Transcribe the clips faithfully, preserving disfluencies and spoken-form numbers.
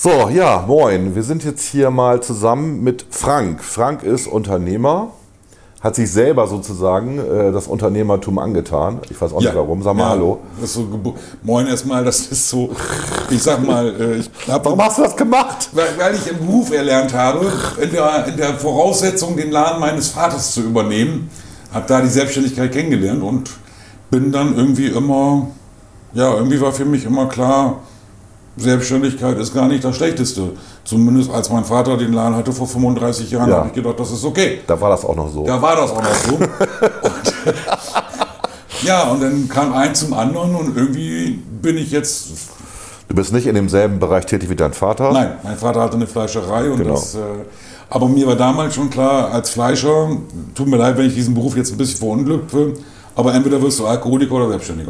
So, ja, moin. Wir sind jetzt hier mal zusammen mit Frank. Frank ist Unternehmer, hat sich selber sozusagen äh, das Unternehmertum angetan. Ich weiß auch nicht Ja. warum. Sag mal Ja, hallo. Das ist so, moin erstmal, das ist so, ich sag mal, äh, ich hab, Warum hast du das gemacht? weil, weil ich im Beruf erlernt habe, in der, in der Voraussetzung, den Laden meines Vaters zu übernehmen, habe da die Selbstständigkeit kennengelernt und bin dann irgendwie immer, ja, irgendwie war für mich immer klar, Selbstständigkeit ist gar nicht das Schlechteste. Zumindest als mein Vater den Laden hatte vor fünfunddreißig Jahren, Ja. habe ich gedacht, das ist okay. Da war das auch noch so. Da war das auch noch so. und, ja, und dann kam eins zum anderen und irgendwie bin ich jetzt... Du bist nicht in demselben Bereich tätig wie dein Vater? Nein, mein Vater hatte eine Fleischerei und Genau. das... Äh, aber mir war damals schon klar, als Fleischer, tut mir leid, wenn ich diesen Beruf jetzt ein bisschen verunglückt will, aber entweder wirst du Alkoholiker oder Selbstständiger.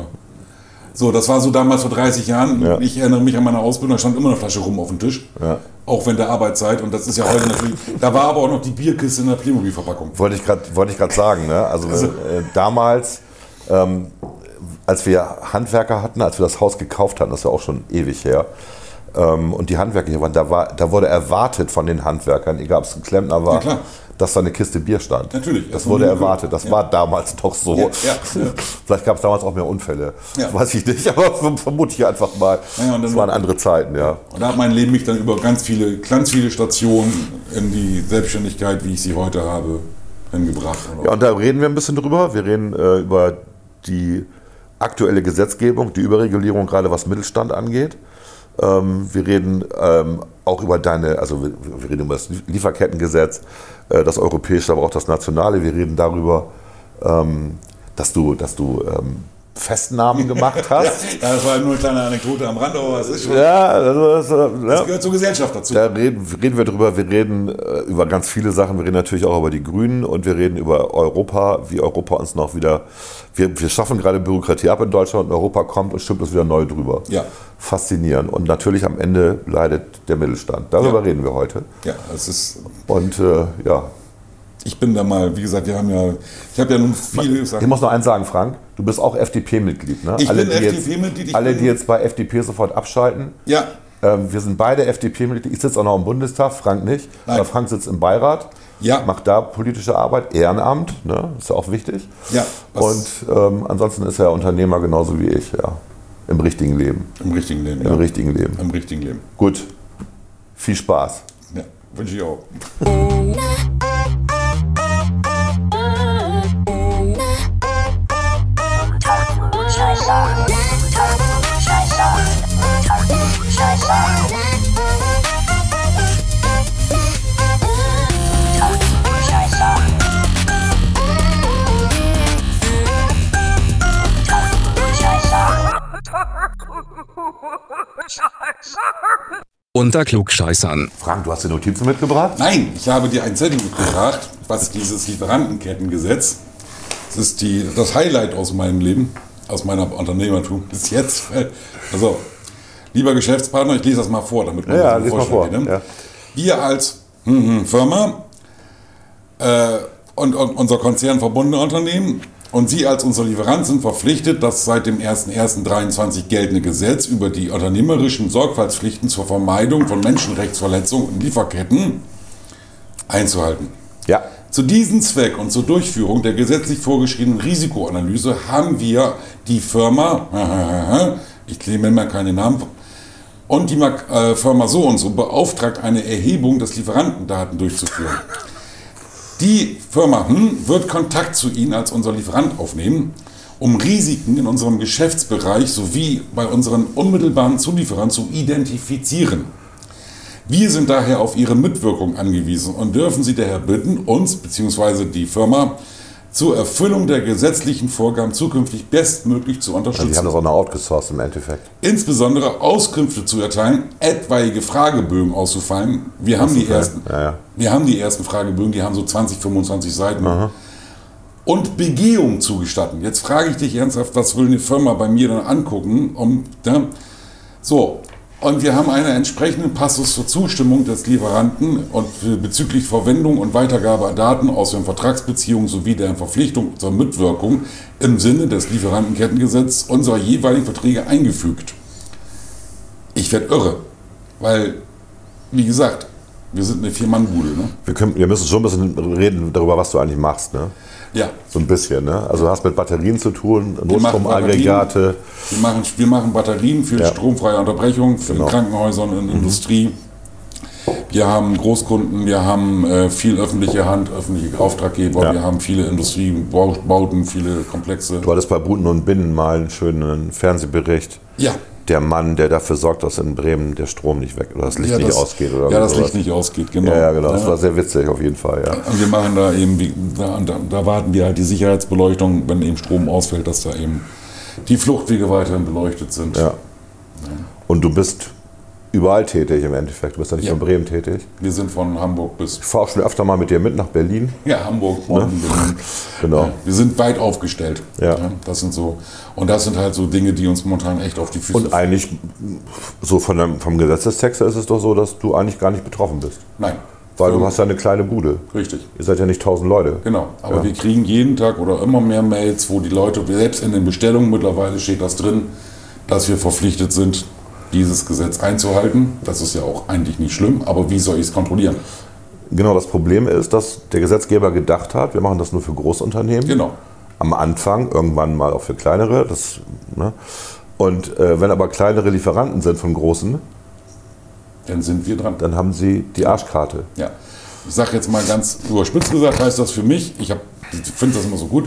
So, das war so damals vor dreißig Jahren. Ja. Ich erinnere mich an meine Ausbildung, da stand immer eine Flasche rum auf dem Tisch. Ja. Auch während der Arbeitszeit. Und das ist ja heute natürlich. Da war aber auch noch die Bierkiste in der Playmobil-Verpackung. Wollte ich gerade wollte ich gerade sagen. Ne? Also, Also- äh, damals, ähm, als wir Handwerker hatten, als wir das Haus gekauft hatten, das ist ja auch schon ewig her, ähm, und die Handwerker hier waren, da, war, da wurde erwartet von den Handwerkern, egal ob es ein Klempner war, Ja, klar. dass da eine Kiste Bier stand. Natürlich. Das Erstmal wurde nur- erwartet. Das Ja. war damals doch so. Ja, ja, ja. Vielleicht gab es damals auch mehr Unfälle. Ja. Weiß ich nicht, aber vermute ich einfach mal. Ja, und dann- das waren andere Zeiten, ja. Und da hat mein Leben mich dann über ganz viele, ganz viele Stationen in die Selbstständigkeit, wie ich sie heute habe, hingebracht. Ja, und da reden wir ein bisschen drüber. Wir reden äh, über die aktuelle Gesetzgebung, die Überregulierung, gerade was Mittelstand angeht. Ähm, wir reden ähm, auch über deine, also wir, wir reden über das Lieferkettengesetz, äh, das europäische, aber auch das nationale. Wir reden darüber, ähm, dass du, dass du ähm, Festnahmen gemacht Ja, hast. das war nur eine kleine Anekdote am Rande, aber es ist schon. Ja, also das, äh, Das ja. gehört zur Gesellschaft dazu. Da reden, reden wir drüber. Wir reden äh, über ganz viele Sachen. Wir reden natürlich auch über die Grünen und wir reden über Europa, wie Europa uns noch wieder. Wir, wir schaffen gerade Bürokratie ab in Deutschland und Europa kommt und stimmt uns wieder neu drüber. Ja. Faszinierend. Und natürlich am Ende leidet der Mittelstand. Darüber Ja. reden wir heute. Ja, es ist. Und äh, ja. Ich bin da mal, wie gesagt, wir haben ja. Ich habe ja nun viele Ich Sachen. muss noch eins sagen, Frank. Du bist auch F D P-Mitglied. Ne? Ich alle, bin die F D P-Mitglied, Jetzt, ich alle, bin- die jetzt bei F D P sofort abschalten. Ja, Ähm, wir sind beide F D P-Mitglieder. Ich sitze auch noch im Bundestag, Frank nicht. Nein. Aber Frank sitzt im Beirat, Ja. macht da politische Arbeit, Ehrenamt, ne? Ist ja auch wichtig. Ja, Und was- ähm, ansonsten ist er Unternehmer genauso wie ich, ja. Im richtigen Leben. im richtigen Leben. Im Ja. richtigen Leben. Im richtigen Leben. Gut. Viel Spaß. Ja, wünsche ich auch. Unter Klugscheißern. Frank, du hast die Notizen mitgebracht? Nein, ich habe dir einen Zettel mitgebracht, was dieses Lieferantenkettengesetz, das ist die, das Highlight aus meinem Leben, aus meiner Unternehmertum bis jetzt. Also, lieber Geschäftspartner, ich lese das mal vor, damit man Ja, das lies mal vor, vorstellen kann. ja. Wir als hm, hm, Firma äh, und, und unser konzernverbundene Unternehmen und Sie als unser Lieferant sind verpflichtet, das seit dem ersten ersten dreiundzwanzig geltende Gesetz über die unternehmerischen Sorgfaltspflichten zur Vermeidung von Menschenrechtsverletzungen in Lieferketten einzuhalten. Ja. Zu diesem Zweck und zur Durchführung der gesetzlich vorgeschriebenen Risikoanalyse haben wir die Firma, ich nehme mal keine Namen, und die äh, Firma so und so beauftragt, eine Erhebung des Lieferantendaten durchzuführen. Die Firma hm, wird Kontakt zu Ihnen als unser Lieferant aufnehmen, um Risiken in unserem Geschäftsbereich sowie bei unseren unmittelbaren Zulieferern zu identifizieren. Wir sind daher auf Ihre Mitwirkung angewiesen und dürfen Sie daher bitten, uns bzw. die Firma zur Erfüllung der gesetzlichen Vorgaben zukünftig bestmöglich zu Die unterstützen. haben das auch noch outgesourced im Endeffekt. Insbesondere Auskünfte zu erteilen, etwaige Fragebögen auszufallen. Wir haben, die Auszufallen, ersten, ja, ja. wir haben die ersten Fragebögen, die haben so zwanzig, fünfundzwanzig Seiten. Und Begehung zugestatten. Jetzt frage ich dich ernsthaft, was will eine Firma bei mir dann angucken? Um, ja, so, und wir haben einen entsprechenden Passus zur Zustimmung des Lieferanten und für bezüglich Verwendung und Weitergabe Daten aus den Vertragsbeziehungen sowie der Verpflichtung zur Mitwirkung im Sinne des Lieferantenkettengesetzes unserer jeweiligen Verträge eingefügt. Ich werde irre, weil wie gesagt, wir sind eine Vier-Mann-Bude. Ne? Wir, können, wir müssen schon ein bisschen reden darüber, was du eigentlich machst. Ne? Ja. So ein bisschen. Ne? Also du hast mit Batterien zu tun, Wir machen Notstromaggregate. Wir machen, wir machen Batterien für Ja. stromfreie Unterbrechung, für Genau. Krankenhäusern, in Industrie. Wir haben Großkunden, wir haben äh, viel öffentliche Hand, öffentliche Auftraggeber, Ja. wir haben viele Industriebauten, viele Komplexe. Du hattest bei Buten und Binnen mal einen schönen Fernsehbericht. Ja, Der Mann, der dafür sorgt, dass in Bremen der Strom nicht weg oder das Licht ja, nicht das, ausgeht. Oder ja, das sowas. Licht nicht ausgeht, genau. Ja, ja, genau. Das Ja. war sehr witzig auf jeden Fall. Ja. Und wir machen da eben, wie- da, da, da warten wir halt die Sicherheitsbeleuchtung, wenn eben Strom ausfällt, dass da eben die Fluchtwege weiterhin beleuchtet sind. Ja. Und du bist überall tätig im Endeffekt. Du bist ja nicht Ja. nur in Bremen tätig. Wir sind von Hamburg bis Ich fahre auch schon öfter mal mit dir mit nach Berlin. ja, Hamburg, Bonn, Berlin. Genau. Ja, wir sind weit aufgestellt. Ja. Das sind so, und das sind halt so Dinge, die uns momentan echt auf die Füße Und eigentlich, so von dem, vom Gesetzestext her ist es doch so, dass du eigentlich gar nicht betroffen bist. Nein. Weil So, du hast ja eine kleine Bude. Richtig. Ihr seid ja nicht tausend Leute. Genau, aber Ja. wir kriegen jeden Tag oder immer mehr Mails, wo die Leute, selbst in den Bestellungen mittlerweile steht das drin, dass wir verpflichtet sind, dieses Gesetz einzuhalten. Das ist ja auch eigentlich nicht schlimm, aber wie soll ich es kontrollieren? Genau, das Problem ist, dass der Gesetzgeber gedacht hat, wir machen das nur für Großunternehmen. Genau. Am Anfang, irgendwann mal auch für kleinere. Das, ne? Und äh, wenn aber kleinere Lieferanten sind von großen, Dann sind wir dran. dann haben sie die Arschkarte. Ja. Ich sage jetzt mal ganz überspitzt gesagt, heißt das für mich, ich, hab- ich finde das immer so gut,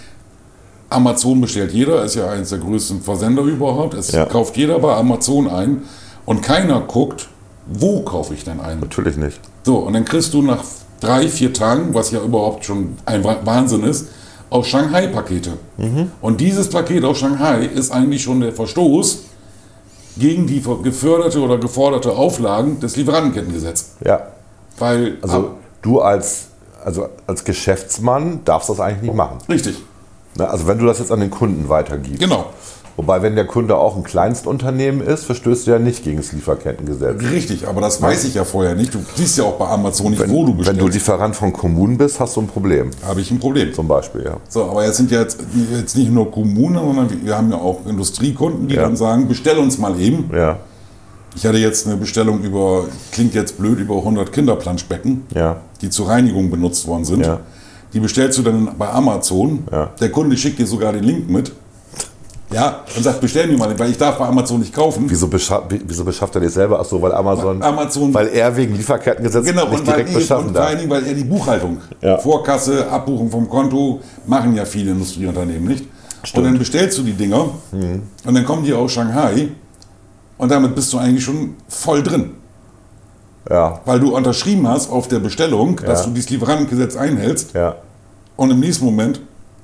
Amazon bestellt jeder, ist ja eines der größten Versender überhaupt. Es Ja. kauft jeder bei Amazon ein und keiner guckt, wo kaufe ich denn ein. Natürlich nicht. So, und dann kriegst du nach drei, vier Tagen, was ja überhaupt schon ein Wa- Wahnsinn ist, aus Shanghai Pakete. Und dieses Paket aus Shanghai ist eigentlich schon der Verstoß gegen die geförderte oder geforderte Auflagen des Lieferantenkettengesetzes. Ja. Weil, Also ab- du als, also als Geschäftsmann darfst das eigentlich nicht machen. richtig, Ne? Also wenn du das jetzt an den Kunden weitergibst. genau, Wobei, wenn der Kunde auch ein Kleinstunternehmen ist, verstößt du ja nicht gegen das Lieferkettengesetz. richtig, aber das weiß ich ja vorher nicht. Du siehst ja auch bei Amazon nicht, Wenn, wo du wenn bestellst. du Lieferant von Kommunen bist, hast du ein Problem. Habe ich ein Problem. Zum Beispiel, ja. So, aber jetzt sind ja jetzt, jetzt nicht nur Kommunen, sondern wir haben ja auch Industriekunden, die Ja. dann sagen, bestell uns mal eben. Ja, Ich hatte jetzt eine Bestellung über, klingt jetzt blöd, über hundert Kinderplanschbecken, ja, die zur Reinigung benutzt worden sind. Ja. Die bestellst du dann bei Amazon. Ja. Der Kunde schickt dir sogar den Link mit. Ja, und sagt, bestell mir mal, weil ich darf bei Amazon nicht kaufen. Wieso, beschaff, wieso beschafft er dich selber? Ach so, weil Amazon, Amazon, weil er wegen Lieferkettengesetz genau, nicht und, weil, direkt und beschaffen vor allen darf. Dingen, weil er die Buchhaltung, Ja. Vorkasse, Abbuchung vom Konto, machen ja viele Industrieunternehmen nicht. Stimmt. Und dann bestellst du die Dinger und dann kommen die aus Shanghai und damit bist du eigentlich schon voll drin. Ja, Weil du unterschrieben hast auf der Bestellung, dass Ja. du dieses Lieferantengesetz einhältst ja. und im nächsten Moment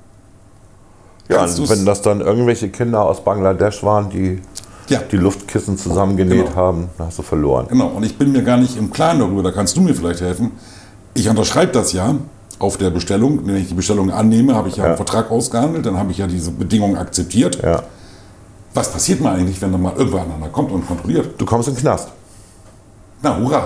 Ja, kannst und du's- wenn das dann irgendwelche Kinder aus Bangladesch waren, die ja, die Luftkissen zusammengenäht Genau. haben, dann hast du verloren. genau. Und ich bin mir gar nicht im Klaren darüber, da kannst du mir vielleicht helfen. Ich unterschreibe das ja auf der Bestellung. Wenn ich die Bestellung annehme, habe ich ja, Ja. einen Vertrag ausgehandelt, dann habe ich ja diese Bedingungen akzeptiert. Ja. Was passiert mal eigentlich, wenn dann mal irgendwer aneinander kommt und kontrolliert? Du kommst in den Knast. Na, hurra!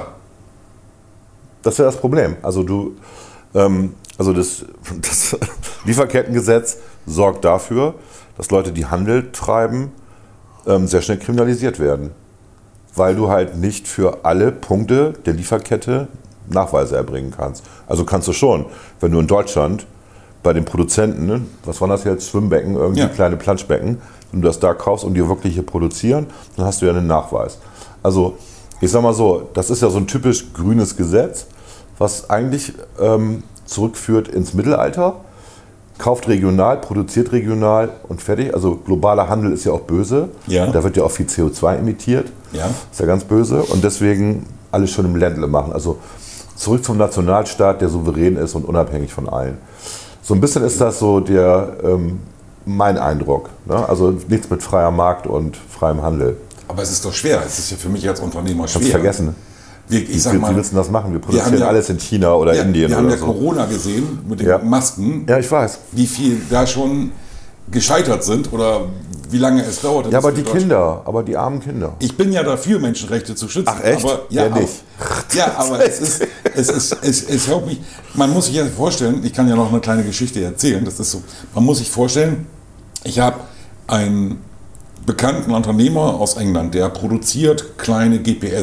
Das ist ja das Problem. Also du, ähm, also das, das Lieferkettengesetz sorgt dafür, dass Leute, die Handel treiben, ähm, sehr schnell kriminalisiert werden. Weil du halt nicht für alle Punkte der Lieferkette Nachweise erbringen kannst. Also kannst du schon, wenn du in Deutschland bei den Produzenten, ne, was waren das jetzt, Schwimmbecken, irgendwie Ja. kleine Planschbecken, wenn du das da kaufst und die wirklich hier produzieren, dann hast du ja einen Nachweis. Also ich sag mal so, das ist ja so ein typisch grünes Gesetz, was eigentlich ähm, zurückführt ins Mittelalter. Kauft regional, produziert regional und fertig. Also globaler Handel ist ja auch böse. Ja. Da wird ja auch viel C O zwei emittiert. Ja. Ist ja ganz böse. Und deswegen alles schon im Ländle machen. Also zurück zum Nationalstaat, der souverän ist und unabhängig von allen. So ein bisschen ist das so der, ähm, mein Eindruck. Ne? Also nichts mit freier Markt und freiem Handel. Aber es ist doch schwer. Es ist ja für mich als Unternehmer schwer. Hab's vergessen. Wir, ich sag Wie, mal, wie willst du das machen? Wir wir produzieren haben ja- alles in China oder ja, Indien wir haben oder ja so. Corona gesehen mit den Ja. Masken, Ja, ich weiß. wie viel da schon gescheitert sind oder wie lange es dauert. Ja, aber bis die wir Deutsch- Kinder, aber die armen Kinder. Ich bin ja dafür, Menschenrechte zu schützen. Ach, echt? Aber, ja, Ja, aber, nicht. ja, aber es ist, es ist, es, es helpt mich. Man muss sich ja vorstellen, ich kann ja noch eine kleine Geschichte erzählen. Das ist so. Man muss sich vorstellen, ich habe einen bekannten Unternehmer aus England, der produziert kleine G P S,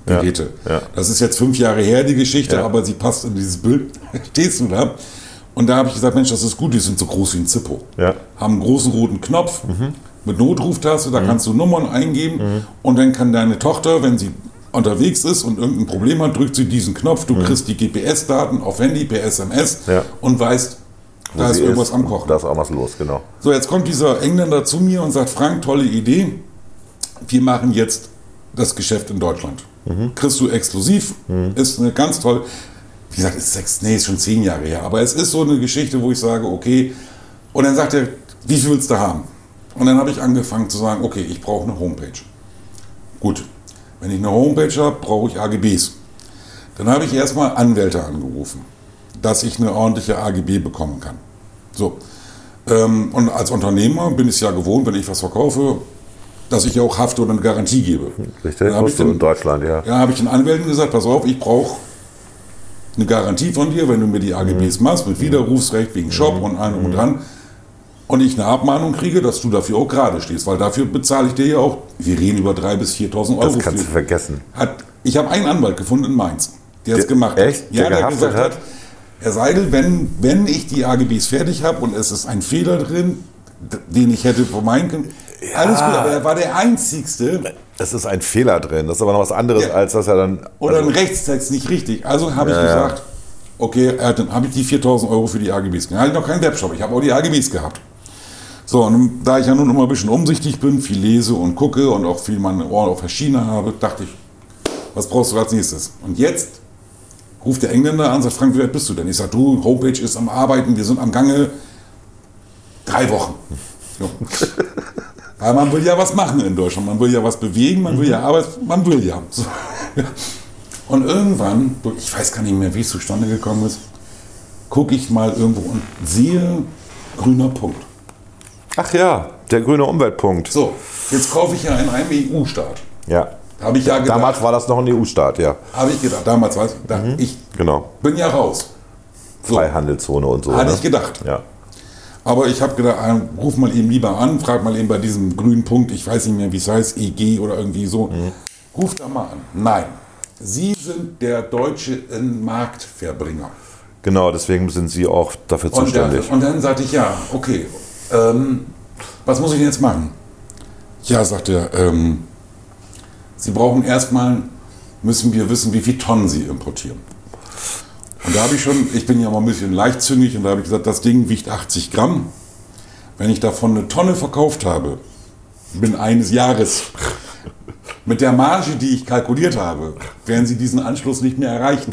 Geräte. Ja, ja. Das ist jetzt fünf Jahre her, die Geschichte, Ja. aber sie passt in dieses Bild. Stehst du da? Und da habe ich gesagt, Mensch, das ist gut, die sind so groß wie ein Zippo. Ja. Haben einen großen roten Knopf Mhm. mit Notruftaste, da kannst du Nummern eingeben Mhm. und dann kann deine Tochter, wenn sie unterwegs ist und irgendein Problem hat, drückt sie diesen Knopf, du kriegst die G P S-Daten auf Handy per S M S Mhm. Ja. und weißt, Wo da ist sie irgendwas am Kochen. Da ist auch was los, genau. So, jetzt kommt dieser Engländer zu mir und sagt, Frank, tolle Idee, wir machen jetzt das Geschäft in Deutschland. Mhm. Kriegst du exklusiv, ist eine ganz tolle, wie gesagt, ist sechs, nee, ist schon zehn Jahre her, aber es ist so eine Geschichte, wo ich sage, okay, und dann sagt er, wie viel willst du haben? Und dann habe ich angefangen zu sagen, okay, ich brauche eine Homepage. Gut, wenn ich eine Homepage habe, brauche ich A G Bs. Dann habe ich erstmal Anwälte angerufen, dass ich eine ordentliche A G B bekommen kann. So. Ähm, und als Unternehmer bin ich es ja gewohnt, wenn ich was verkaufe, dass ich auch hafte und eine Garantie gebe. Richtig, Dann habe ich musst du den- in Deutschland, ja. Ja, habe ich den Anwälten gesagt, pass auf, ich brauche eine Garantie von dir, wenn du mir die A G Bs machst, mit Widerrufsrecht wegen Shop und allem und dran. Und ich eine Abmahnung kriege, dass du dafür auch gerade stehst, weil dafür bezahle ich dir ja auch, wir reden über dreitausend bis viertausend Euro. Das kannst du für- vergessen. Hat, ich habe einen Anwalt gefunden in Mainz, der es Der- gemacht echt? hat. Ja, Der der, gehaftet gesagt hat? hat, Herr Seidel, wenn, wenn ich die A G Bs fertig habe und es ist ein Fehler drin, d- den ich hätte vermeiden können, alles gut, aber er war der Einzigste, Es ist ein Fehler drin. Das ist aber noch was anderes, Ja. als dass er dann. oder also, ein Rechtstext nicht richtig. Also habe ich Ja, ja. gesagt, okay, äh, dann habe ich die viertausend Euro für die A G Bs. Dann hatte ich noch keinen Webshop, ich habe auch die A G Bs gehabt. So, und da ich ja nun immer ein bisschen umsichtig bin, viel lese und gucke und auch viel meine Ohren auf der Schiene habe, dachte ich, was brauchst du als nächstes? Und jetzt ruft der Engländer an, sagt, Frank, wie weit bist du denn? Ich sage, du, Homepage ist am Arbeiten, wir sind am Gange. Drei Wochen. So. Weil man will ja was machen in Deutschland, man will ja was bewegen, man will ja Arbeit, man will ja. So. Und irgendwann, ich weiß gar nicht mehr, wie es zustande gekommen ist, gucke ich mal irgendwo und sehe grüner Punkt. Ach ja, der grüne Umweltpunkt. So, jetzt kaufe ich ja in einem E U-Staat. Ja. Habe ich ja gedacht, Damals war das noch ein E U-Staat, ja. habe ich gedacht, damals weiß ich, dachte, ich Genau. bin ja raus. So, Freihandelszone und so. hatte ne? ich gedacht. Ja. Aber ich habe gedacht, ah, ruf mal eben lieber an, frag mal eben bei diesem grünen Punkt, ich weiß nicht mehr, wie es heißt, E G oder irgendwie so. Mhm. Ruf da mal an. Nein, Sie sind der deutsche Marktverbringer. Genau, deswegen sind Sie auch dafür Und, der, zuständig. und dann sagte ich, ja, okay, ähm, was muss ich denn jetzt machen? Ja, sagt er, ähm, Sie brauchen erstmal, müssen wir wissen, wie viele Tonnen Sie importieren. Und da habe ich schon, ich bin ja mal ein bisschen leichtzüngig und da habe ich gesagt, das Ding wiegt achtzig Gramm. Wenn ich davon eine Tonne verkauft habe, binnen eines Jahres, mit der Marge, die ich kalkuliert habe, werden Sie diesen Anschluss nicht mehr erreichen.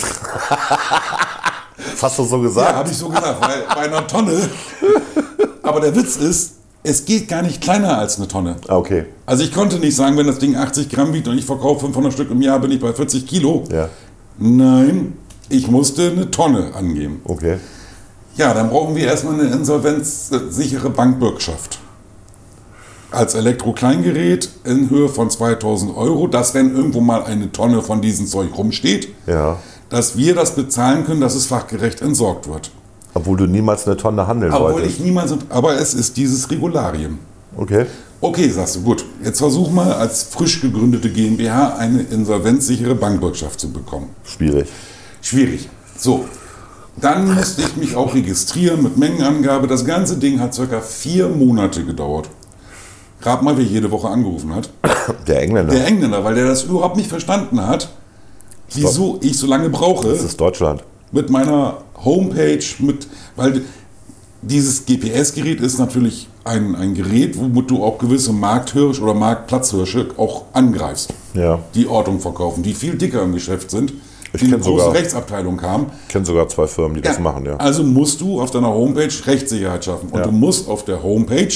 Das hast du so Ja, gesagt? habe ich so gesagt, weil bei einer Tonne. Aber der Witz ist, es geht gar nicht kleiner als eine Tonne. Ah, okay. Also ich konnte nicht sagen, wenn das Ding achtzig Gramm wiegt und ich verkaufe fünfhundert Stück im Jahr, bin ich bei vierzig Kilo. Ja. Nein, ich musste eine Tonne angeben. Okay. Ja, dann brauchen wir erstmal eine insolvenzsichere Bankbürgschaft. Als Elektrokleingerät in Höhe von zweitausend Euro, dass wenn irgendwo mal eine Tonne von diesem Zeug rumsteht, Ja. dass wir das bezahlen können, dass es fachgerecht entsorgt wird. Obwohl du niemals eine Tonne handeln Obwohl wolltest. ich niemals, aber es ist dieses Regularium. Okay. Okay, sagst du, gut, jetzt versuch mal als frisch gegründete GmbH eine insolvenzsichere Bankbürgschaft zu bekommen. Schwierig. Schwierig. So, dann musste ich mich auch registrieren mit Mengenangabe. Das ganze Ding hat circa vier Monate gedauert. Rat mal, wer jede Woche angerufen hat. Der Engländer. Der Engländer, weil der das überhaupt nicht verstanden hat, wieso ich so lange brauche Das ist Deutschland. mit meiner Homepage, mit, weil dieses G P S-Gerät ist natürlich ein, ein Gerät, womit du auch gewisse Markthirsch oder Marktplatzhirsche auch angreifst, Ja. die Ortung verkaufen, die viel dicker im Geschäft sind, Ich die eine kenn große sogar- Rechtsabteilung haben. Ich kenne sogar zwei Firmen, die das machen, ja. Also musst du auf deiner Homepage Rechtssicherheit schaffen. Und Ja. du musst auf der Homepage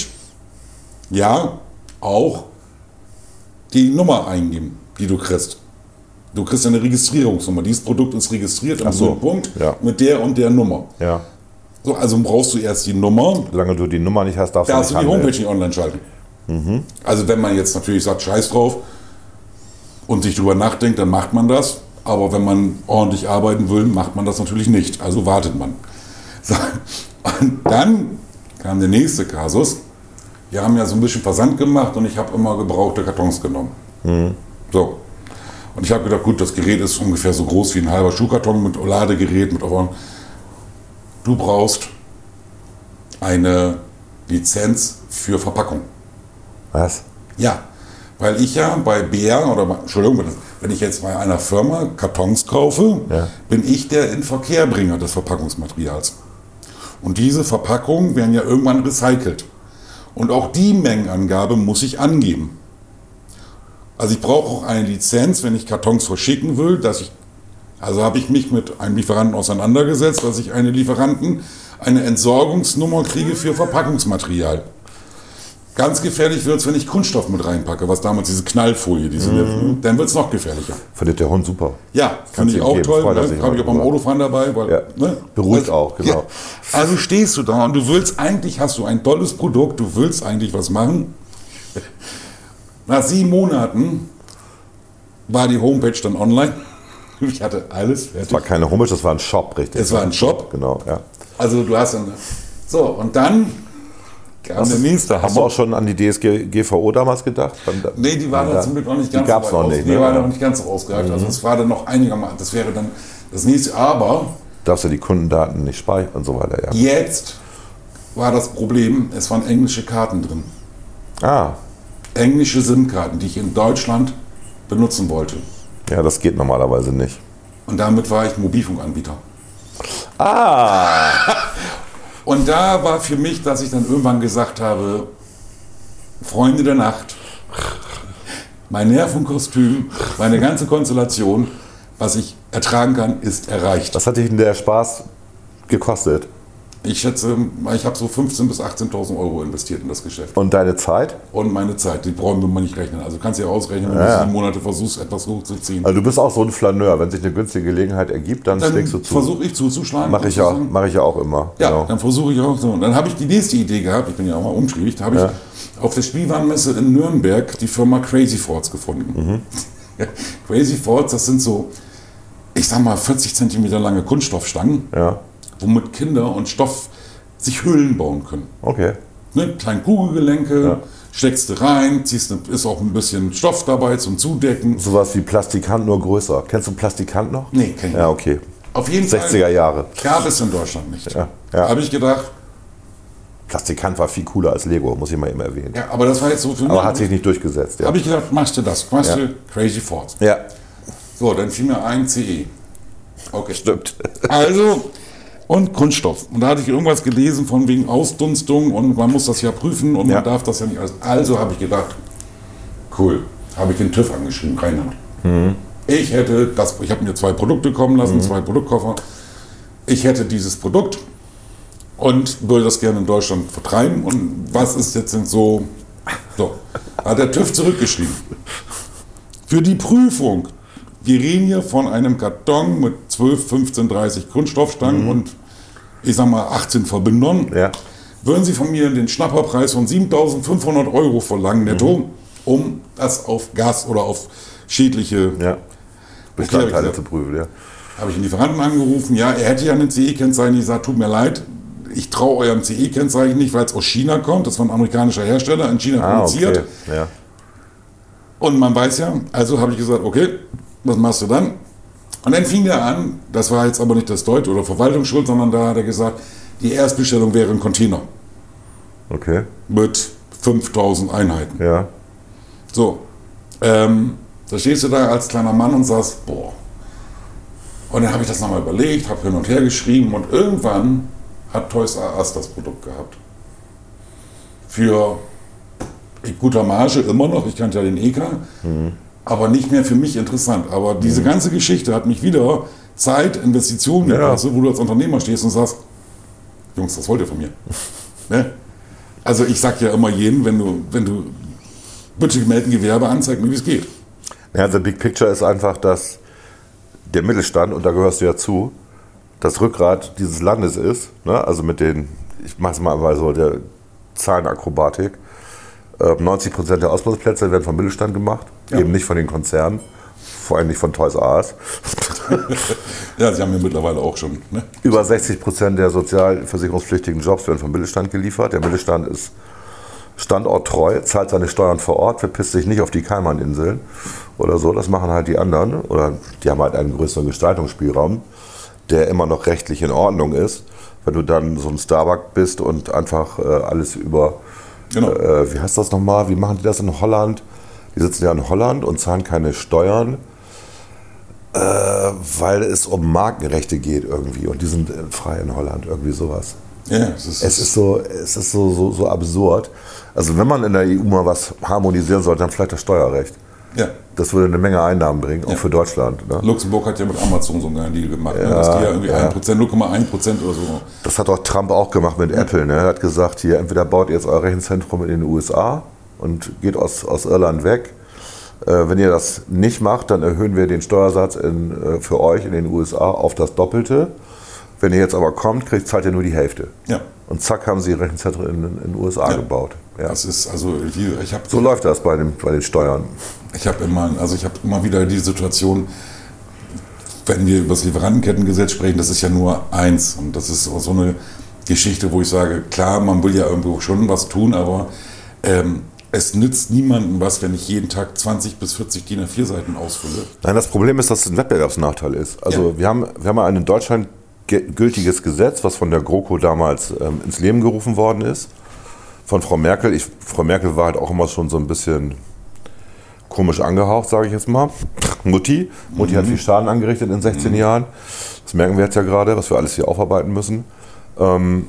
ja auch die Nummer eingeben, die du kriegst. Du kriegst eine Registrierungsnummer. Dieses Produkt ist registriert Ach am so, Punkt ja. mit der und der Nummer. Ja. So, also brauchst du erst die Nummer, Solange du die Nummer nicht hast, darfst darfst du du die nicht Homepage handeln. nicht online schalten. Also wenn man jetzt natürlich sagt, scheiß drauf und sich drüber nachdenkt, dann macht man das. Aber wenn man ordentlich arbeiten will, macht man das natürlich nicht. Also wartet man. So. Und dann kam der nächste Kasus. Wir haben ja so ein bisschen Versand gemacht und ich habe immer gebrauchte Kartons genommen. So. Und Und ich habe gedacht, gut, das Gerät ist ungefähr so groß wie ein halber Schuhkarton mit Ladegerät, mit Ohren. Du brauchst eine Lizenz für Verpackung. Was? Ja, weil ich ja bei B R, oder bei, Entschuldigung, wenn ich jetzt bei einer Firma Kartons kaufe, Ja. bin ich der Inverkehrbringer des Verpackungsmaterials. Und diese Verpackungen werden ja irgendwann recycelt. Und auch die Mengenangabe muss ich angeben. Also ich brauche auch eine Lizenz, wenn ich Kartons verschicken will, dass ich, also habe ich mich mit einem Lieferanten auseinandergesetzt, dass ich eine Lieferanten eine Entsorgungsnummer kriege für Verpackungsmaterial. Ganz gefährlich wird es, wenn ich Kunststoff mit reinpacke, was damals diese Knallfolie, diese mhm. dann wird es noch gefährlicher. Findet der Hund super. Ja, finde ich auch geben. toll. Freut er Ne? sich Habe ich auch beim drüber. Autofahren dabei. Weil, Ja. ne? Beruhigt also, auch, genau. Ja. Also stehst du da und du willst eigentlich, hast du ein tolles Produkt, du willst eigentlich was machen. Nach sieben Monaten war die Homepage dann online. Ich hatte alles fertig. Das war keine Homepage, das war ein Shop, richtig. Es war ein Shop. Genau, ja. Also du hast dann, so und dann kam der nächste Hast du auch schon an die D S G V O damals gedacht? Nee, die war da zum Glück noch nicht ganz Die gab es so weit noch aus. nicht. Die Ne? war noch nicht ganz so ausgereift. Also es war dann noch einigermaßen, das wäre dann das nächste. Aber Darfst du die Kundendaten nicht speichern und so weiter, ja. jetzt war das Problem, es waren englische Karten drin. Ah, Englische SIM-Karten, die ich in Deutschland benutzen wollte. ja, das geht normalerweise nicht. Und damit war ich Mobilfunkanbieter. Ah! Und da war für mich, dass ich dann irgendwann gesagt habe, Freunde der Nacht, mein Nervenkostüm, meine ganze Konstellation, was ich ertragen kann, ist erreicht. Was hat dich denn der Spaß gekostet? Ich schätze, ich habe so fünfzehntausend bis achtzehntausend Euro investiert in das Geschäft. Und deine Zeit? Und meine Zeit, die brauchen wir mal nicht rechnen. Also kannst du ja ausrechnen, wenn Ja, du ja. sieben Monate versuchst, etwas hochzuziehen. Also du bist auch so ein Flaneur. Wenn sich eine günstige Gelegenheit ergibt, dann, Dann schlägst du zu. versuche ich zuzuschlagen. Mache ich, ja, mach ich ja auch immer. Ja, Genau. dann versuche ich auch so. Und dann habe ich die nächste Idee gehabt, ich bin ja auch mal umtriebig, da habe Ja. ich auf der Spielwarenmesse in Nürnberg die Firma Crazy Forts gefunden. Mhm. Crazy Forts, das sind so, ich sag mal, vierzig Zentimeter lange Kunststoffstangen, Ja, womit Kinder und Stoff sich Höhlen bauen können. okay. Ne? Kleine Kugelgelenke, Ja. steckst du rein, ziehst, ne- ist auch ein bisschen Stoff dabei zum Zudecken. Sowas wie Plastikant, nur größer. Kennst du Plastikant noch? Nee, kenn ich Ja, nicht. okay. Auf jeden sechziger Fall Jahre. gab es in Deutschland nicht. Ja, ja. Habe ich gedacht, Plastikant war viel cooler als Lego, muss ich mal eben erwähnen. ja, aber das war jetzt so für mich. Aber hat sich nicht durchgesetzt. Ja. Habe ich gedacht, machst du das, machst Ja. du Crazy Forts. ja, So, dann fiel mir ein C E. Okay. stimmt. Also, und Kunststoff. Und da hatte ich irgendwas gelesen von wegen Ausdunstung und man muss das ja prüfen und Ja. man darf das ja nicht alles. Also habe ich gedacht, cool, habe ich den TÜV angeschrieben, Reinhard. Mhm. Ich hätte das, ich habe mir zwei Produkte kommen lassen, zwei Produktkoffer. Ich hätte dieses Produkt und würde das gerne in Deutschland vertreiben. Und was ist jetzt denn so? So, hat der TÜV zurückgeschrieben. Für die Prüfung, wir reden hier von einem Karton mit zwölf, fünfzehn, dreißig Kunststoffstangen und ich sag mal achtzehn Verbindern. Ja. Würden Sie von mir den Schnapperpreis von siebentausendfünfhundert Euro verlangen netto, um das auf Gas oder auf schädliche, Ja. Bestandteile gesagt. zu prüfen, ja. habe ich den Lieferanten angerufen, ja, er hätte ja ein C E-Kennzeichen, ich sage, tut mir leid, ich traue eurem C E-Kennzeichen nicht, weil es aus China kommt, das war ein amerikanischer Hersteller, in China Ah, produziert. okay. Ja. Und man weiß ja, also habe ich gesagt, okay, was machst du dann? Und dann fing er an, das war jetzt aber nicht das Deut- oder Verwaltungsschuld, sondern da hat er gesagt, die Erstbestellung wäre ein Container Okay. mit fünftausend Einheiten. Ja. So, ähm, da stehst du da als kleiner Mann und sagst, boah. Und dann habe ich das nochmal überlegt, habe hin und her geschrieben und irgendwann hat Toys R Us das Produkt gehabt. Für guter Marge immer noch, ich kannte ja den E K, Mhm. aber nicht mehr für mich interessant. Aber diese ganze Geschichte hat mich wieder Zeit, Investitionen Ja. gekostet, wo du als Unternehmer stehst und sagst, Jungs, das wollt ihr von mir. Ne? Also ich sag ja immer jedem, wenn du, wenn du bitte melden Gewerbe an, zeig mir, wie es geht. Ja, the big picture ist einfach, dass der Mittelstand, und da gehörst du ja zu, das Rückgrat dieses Landes ist, ne? Also mit den, ich mache es mal mal so, der Zahlenakrobatik, äh, neunzig Prozent der Ausbildungsplätze werden vom Mittelstand gemacht, Ja. eben nicht von den Konzernen, vor allem nicht von Toys R Us. Ja, sie haben ja mittlerweile auch schon. Ne? Über sechzig Prozent der sozialversicherungspflichtigen Jobs werden vom Mittelstand geliefert. Der Mittelstand ist standorttreu, zahlt seine Steuern vor Ort, verpisst sich nicht auf die Kaimaninseln oder so. Das machen halt die anderen. Oder die haben halt einen größeren Gestaltungsspielraum, der immer noch rechtlich in Ordnung ist. Wenn du dann so ein Starbucks bist und einfach äh, alles über, genau. äh, wie heißt das nochmal, wie machen die das in Holland? Die sitzen ja in Holland und zahlen keine Steuern, äh, weil es um Markenrechte geht irgendwie. Und die sind frei in Holland, irgendwie sowas. Ja, es ist, es ist, so, es ist so, so, so absurd. Also wenn man in der E U mal was harmonisieren sollte, dann vielleicht das Steuerrecht. Ja. Das würde eine Menge Einnahmen bringen, auch ja. für Deutschland. Ne? Luxemburg hat ja mit Amazon so einen geilen Deal gemacht, ja, ne? Dass die ja irgendwie ja. ein Prozent, null Komma eins Prozent oder so. Das hat auch Trump auch gemacht mit ja. Apple. Ne? Er hat gesagt, hier entweder baut ihr jetzt euer Rechenzentrum in den U S A und geht aus, aus Irland weg. Äh, wenn ihr das nicht macht, dann erhöhen wir den Steuersatz in, äh, für euch in den U S A auf das Doppelte. Wenn ihr jetzt aber kommt, kriegt, zahlt ihr nur die Hälfte. Ja. Und zack, haben sie Rechenzentren in, in den U S A ja. gebaut. Ja. Das ist also, ich hab, so läuft das bei den, bei den Steuern. Ich habe immer, also ich habe immer wieder die Situation, wenn wir über das Lieferantenkettengesetz sprechen, das ist ja nur eins. Und das ist so eine Geschichte, wo ich sage, klar, man will ja irgendwo schon was tun, aber ähm, es nützt niemandem was, wenn ich jeden Tag zwanzig bis vierzig D I N A vier Seiten ausfülle. Nein, das Problem ist, dass es ein Wettbewerbsnachteil ist. Also ja. wir haben, wir haben ein in Deutschland gültiges Gesetz, was von der GroKo damals ähm, ins Leben gerufen worden ist. Von Frau Merkel. Ich, Frau Merkel war halt auch immer schon so ein bisschen komisch angehaucht, sage ich jetzt mal. Mutti. Mutti mhm. hat viel Schaden angerichtet in sechzehn mhm. Jahren. Das merken wir jetzt ja gerade, was wir alles hier aufarbeiten müssen. Ähm,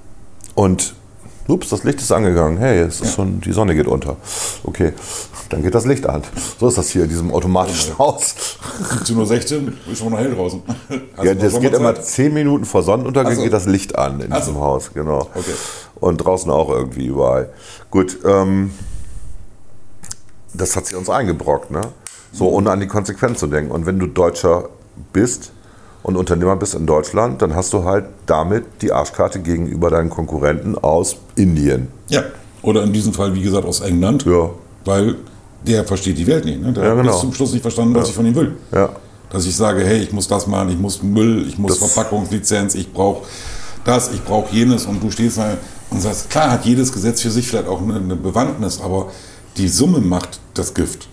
und ups, das Licht ist angegangen. Hey, es ist ja. schon, die Sonne geht unter. Okay, dann geht das Licht an. So ist das hier in diesem automatischen Haus. siebzehn Uhr sechzehn ist schon noch hell draußen. Hast ja, das geht immer zehn Minuten vor Sonnenuntergang, so. geht das Licht an in diesem so. Haus. Genau. Okay. Und draußen auch irgendwie überall. Gut, ähm, das hat sie uns eingebrockt, ne? So, ohne an die Konsequenz zu denken. Und wenn du Deutscher bist und Unternehmer bist in Deutschland, dann hast du halt damit die Arschkarte gegenüber deinen Konkurrenten aus Indien. Ja, oder in diesem Fall, wie gesagt, aus England. Ja. Weil der versteht die Welt nicht. Ne? Der ja, genau. hat bis zum Schluss nicht verstanden, was ja. ich von ihm will. Ja. Dass ich sage, hey, ich muss das machen, ich muss Müll, ich muss das Verpackungslizenz, ich brauche das, ich brauche jenes. Und du stehst da und sagst, klar hat jedes Gesetz für sich vielleicht auch eine, eine Bewandtnis, aber die Summe macht das Gift.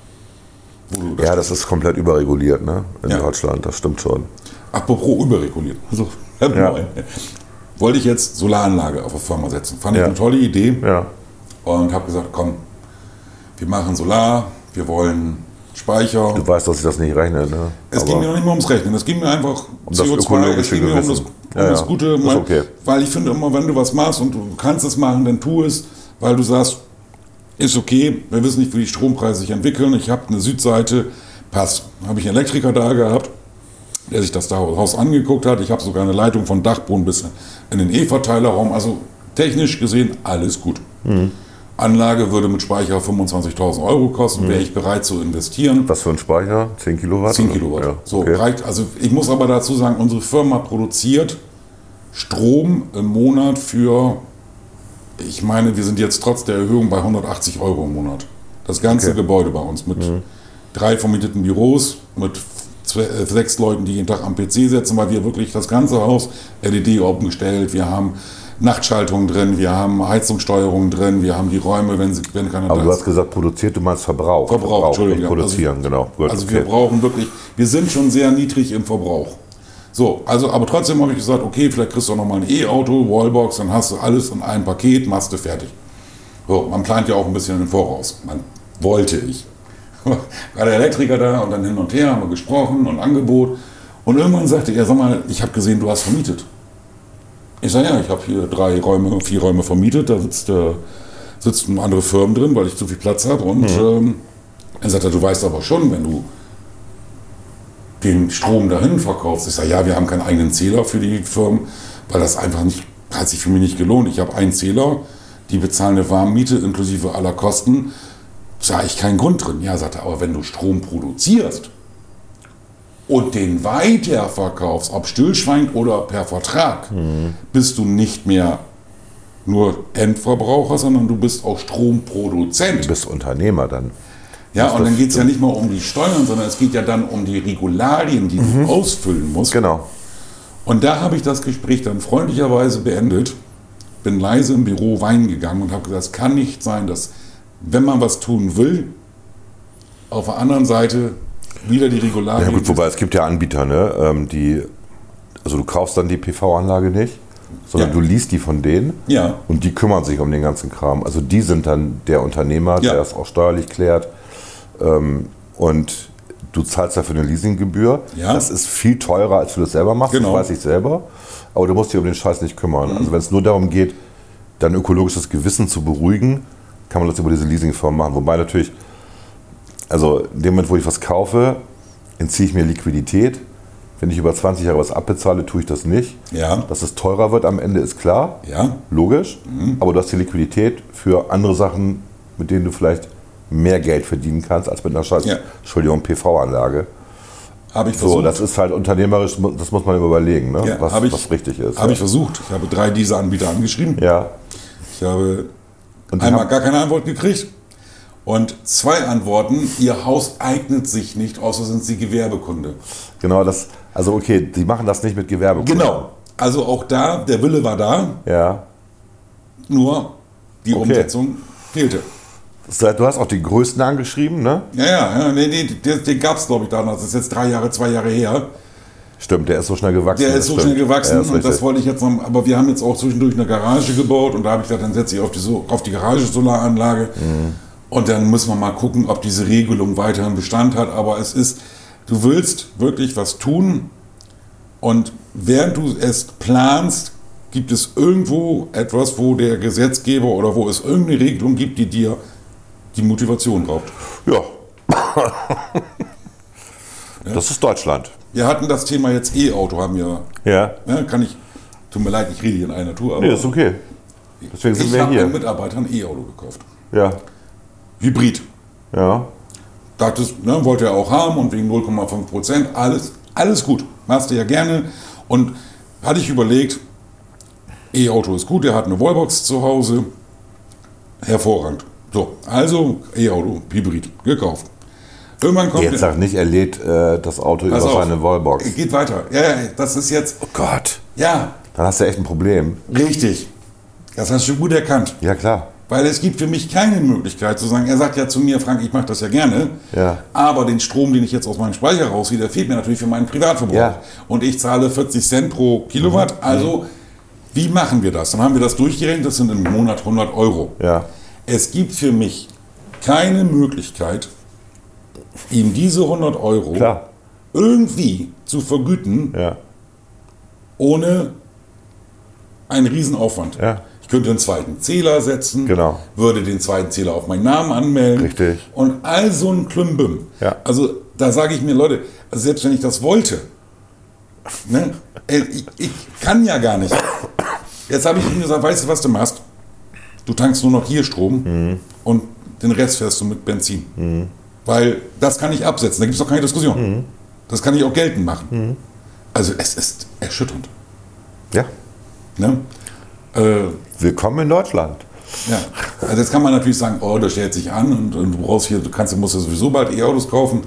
Das ja, das ist komplett überreguliert, ne? In ja. Deutschland, das stimmt schon. Apropos überreguliert. Also, ja. wollte ich jetzt Solaranlage auf der Firma setzen. Fand ich ja. eine tolle Idee. Ja. Und habe gesagt, komm, wir machen Solar, wir wollen Speicher. Du weißt, dass ich das nicht rechne, ne? Es Aber ging mir noch nicht mal ums Rechnen, es ging mir einfach um C O zwei, es ging mir um das, um ja, das Gute. Ja. Okay. Weil ich finde immer, wenn du was machst und du kannst es machen, dann tu es, weil du sagst, ist okay, wir wissen nicht, wie die Strompreise sich entwickeln. Ich habe eine Südseite, passt. Habe ich einen Elektriker da gehabt, der sich das Haus angeguckt hat. Ich habe sogar eine Leitung von Dachboden bis in den E-Verteilerraum. Also technisch gesehen alles gut. Mhm. Anlage würde mit Speicher fünfundzwanzigtausend Euro kosten, mhm. wäre ich bereit zu investieren. Was für ein Speicher? zehn Kilowatt? zehn Kilowatt. Ja, so, okay. reicht, also ich muss aber dazu sagen, unsere Firma produziert Strom im Monat für... Ich meine, wir sind jetzt trotz der Erhöhung bei hundertachtzig Euro im Monat. Das ganze okay. Gebäude bei uns mit mhm. drei vermieteten Büros, mit zwei, äh, sechs Leuten, die jeden Tag am P C sitzen, weil wir wirklich das ganze Haus L E D-Open gestellt, wir haben Nachtschaltungen drin, wir haben Heizungssteuerungen drin, wir haben die Räume, wenn, sie, wenn keiner Aber da du ist. hast gesagt, produziert, du meinst Verbrauch. Verbrauch, Verbrauch Entschuldigung. Produzieren, also, genau. Gut, also okay. wir brauchen wirklich, wir sind schon sehr niedrig im Verbrauch. So, also, aber trotzdem habe ich gesagt, okay, vielleicht kriegst du auch noch mal ein E-Auto, Wallbox, dann hast du alles in einem Paket, machst du fertig. So, man plant ja auch ein bisschen im Voraus. Man wollte ich. War der Elektriker da und dann hin und her haben wir gesprochen und Angebot. Und irgendwann sagte er, sag mal, ich habe gesehen, du hast vermietet. Ich sage, ja, ich habe hier drei Räume, vier Räume vermietet, da sitzt, äh, sitzen andere Firmen drin, weil ich zu viel Platz habe. Und mhm. ähm, er sagte, du weißt aber schon, wenn du den Strom dahin verkaufst. Ich sage, ja, wir haben keinen eigenen Zähler für die Firmen, weil das einfach nicht, hat sich für mich nicht gelohnt. Ich habe einen Zähler, die bezahlen eine Warmmiete inklusive aller Kosten. Sah ich keinen Grund drin. Ja, sagte er, aber wenn du Strom produzierst und den weiterverkaufst, ob stillschweigend oder per Vertrag, mhm. bist du nicht mehr nur Endverbraucher, sondern du bist auch Stromproduzent. Du bist Unternehmer dann. Ja, und dann geht es ja nicht mal um die Steuern, sondern es geht ja dann um die Regularien, die mhm. du ausfüllen musst. Genau. Und da habe ich das Gespräch dann freundlicherweise beendet bin leise im Büro weinen gegangen und habe gesagt, es kann nicht sein, dass, wenn man was tun will, auf der anderen Seite wieder die Regularien... Ja gut, wobei es gibt ja Anbieter, ne, ähm, die, also du kaufst dann die P V-Anlage nicht, sondern Ja. du liest die von denen Ja. und die kümmern sich um den ganzen Kram. Also die sind dann der Unternehmer, Ja. der das auch steuerlich klärt. Ähm, und du zahlst dafür eine Leasinggebühr. Ja. Das ist viel teurer, als du das selber machst, Genau. das weiß ich selber. Aber du musst dich um den Scheiß nicht kümmern. Also wenn es nur darum geht, dein ökologisches Gewissen zu beruhigen, kann man das über diese Leasingfirma machen. Wobei natürlich, also in dem Moment, wo ich was kaufe, entziehe ich mir Liquidität. Wenn ich über zwanzig Jahre was abbezahle, tue ich das nicht. Ja. Dass es teurer wird am Ende ist klar, Ja. logisch. Aber du hast die Liquidität für andere Sachen, mit denen du vielleicht mehr Geld verdienen kannst, als mit einer Scheiß, Ja. Entschuldigung, P V-Anlage. Habe ich So, versucht. das ist halt unternehmerisch, das muss man überlegen, ne? Ja, was, hab ich- was richtig ist. Habe ja. ich versucht. Ich habe drei dieser Anbieter angeschrieben. Ja. Ich habe Und die einmal haben- gar keine Antwort gekriegt. Und zwei Antworten, Ihr Haus eignet sich nicht, außer sind Sie Gewerbekunde. Genau, das, also okay, die machen das nicht mit Gewerbekunden. Genau. Also auch da, der Wille war da, Ja. nur die Okay. Umsetzung fehlte. Das- Du hast auch die Größten angeschrieben, ne? Ja, ja, ja nee, nee, den, den gab es, glaube ich, damals. Das ist jetzt drei Jahre, zwei Jahre her. Stimmt, der ist so schnell gewachsen. Der das ist so stimmt. schnell gewachsen Ja, ist und das richtig. wollte ich jetzt noch. Aber wir haben jetzt auch zwischendurch eine Garage gebaut und da habe ich gesagt, dann setze ich auf die, so- auf die Garage Solaranlage. Mhm. Und dann muss man mal gucken, ob diese Regelung weiterhin Bestand hat. Aber es ist, du willst wirklich was tun und während du es planst, gibt es irgendwo etwas, wo der Gesetzgeber oder wo es irgendeine Regelung gibt, die dir die Motivation raubt. Ja. Das ist Deutschland. Wir hatten das Thema jetzt E-Auto, haben wir, Ja. ja, kann ich, tut mir leid, ich rede hier in einer Tour, aber Nee, ist okay. Deswegen sind ich wir habe hier. einem Mitarbeiter ein E-Auto gekauft. Ja. Hybrid. Ja. Dachtest, ne, wollte er auch haben und wegen null Komma fünf Prozent, alles, alles gut. Machst du ja gerne. Und hatte ich überlegt, E-Auto ist gut, er hat eine Wallbox zu Hause. Hervorragend. So, also E-Auto, Hybrid, gekauft. Irgendwann kommt Jetzt der- sag nicht, er lädt äh, das Auto Pass über auf. seine Wallbox. Geht weiter. Ja, ja, das ist jetzt, Oh Gott. ja, Dann hast du echt ein Problem. richtig. Das hast du gut erkannt. Ja, klar. Weil es gibt für mich keine Möglichkeit zu sagen, er sagt ja zu mir, Frank, ich mache das ja gerne, Ja. aber den Strom, den ich jetzt aus meinem Speicher rausziehe, der fehlt mir natürlich für meinen Privatverbrauch. Ja. Und ich zahle vierzig Cent pro Kilowatt, also wie machen wir das? Dann haben wir das durchgerechnet, das sind im Monat hundert Euro. Ja. Es gibt für mich keine Möglichkeit, ihm diese hundert Euro Klar. irgendwie zu vergüten, Ja. ohne einen Riesenaufwand. Ja. Ich könnte einen zweiten Zähler setzen, Genau. würde den zweiten Zähler auf meinen Namen anmelden. Richtig. Und all so ein Klümbim. Ja. Also da sage ich mir, Leute, also selbst wenn ich das wollte, ne, ey, ich, ich kann ja gar nicht. Jetzt habe ich ihm gesagt, weißt du, was du machst? Du tankst nur noch hier Strom Mhm. und den Rest fährst du mit Benzin. Weil das kann ich absetzen, da gibt es doch keine Diskussion. Mhm. Das kann ich auch geltend machen. Also es ist erschütternd. Ja. Ne? Äh, Willkommen in Deutschland. ja. Also jetzt kann man natürlich sagen, oh, das stellt sich an und, und du brauchst hier, du kannst, du musst ja sowieso bald E-Autos kaufen.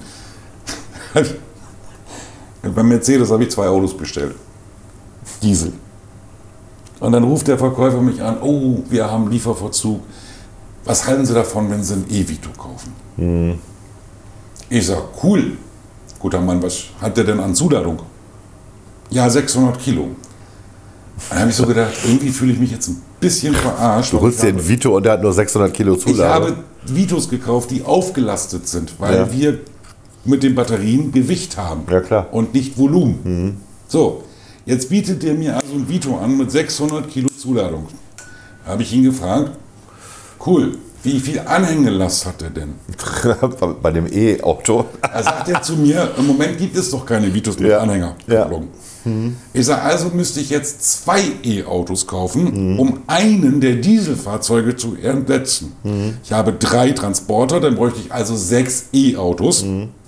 Beim Mercedes habe ich zwei Autos bestellt. Diesel. Und dann ruft der Verkäufer mich an, oh, wir haben Lieferverzug. Was halten Sie davon, wenn Sie ein E-Vito kaufen? Ich sage, cool. Guter Mann, was hat der denn an Zuladung? Ja, sechshundert Kilo. Dann habe ich so gedacht, irgendwie fühle ich mich jetzt ein bisschen verarscht. Du weil holst ich dir habe- ein Vito und der hat nur sechshundert Kilo ich Zuladung. habe Vitos gekauft, die aufgelastet sind, weil Ja. wir mit den Batterien Gewicht haben Ja, klar. und nicht Volumen. So, jetzt bietet der mir also ein Vito an mit sechshundert Kilo Zuladung. Da habe ich ihn gefragt, cool, wie viel Anhängelast hat er denn? Bei dem E-Auto. Da sagt er zu mir, im Moment gibt es doch keine Vitos mit Ja. Anhänger. Ja. Ich sage, also müsste ich jetzt zwei E-Autos kaufen, um einen der Dieselfahrzeuge zu ersetzen. Ich habe drei Transporter, dann bräuchte ich also sechs E-Autos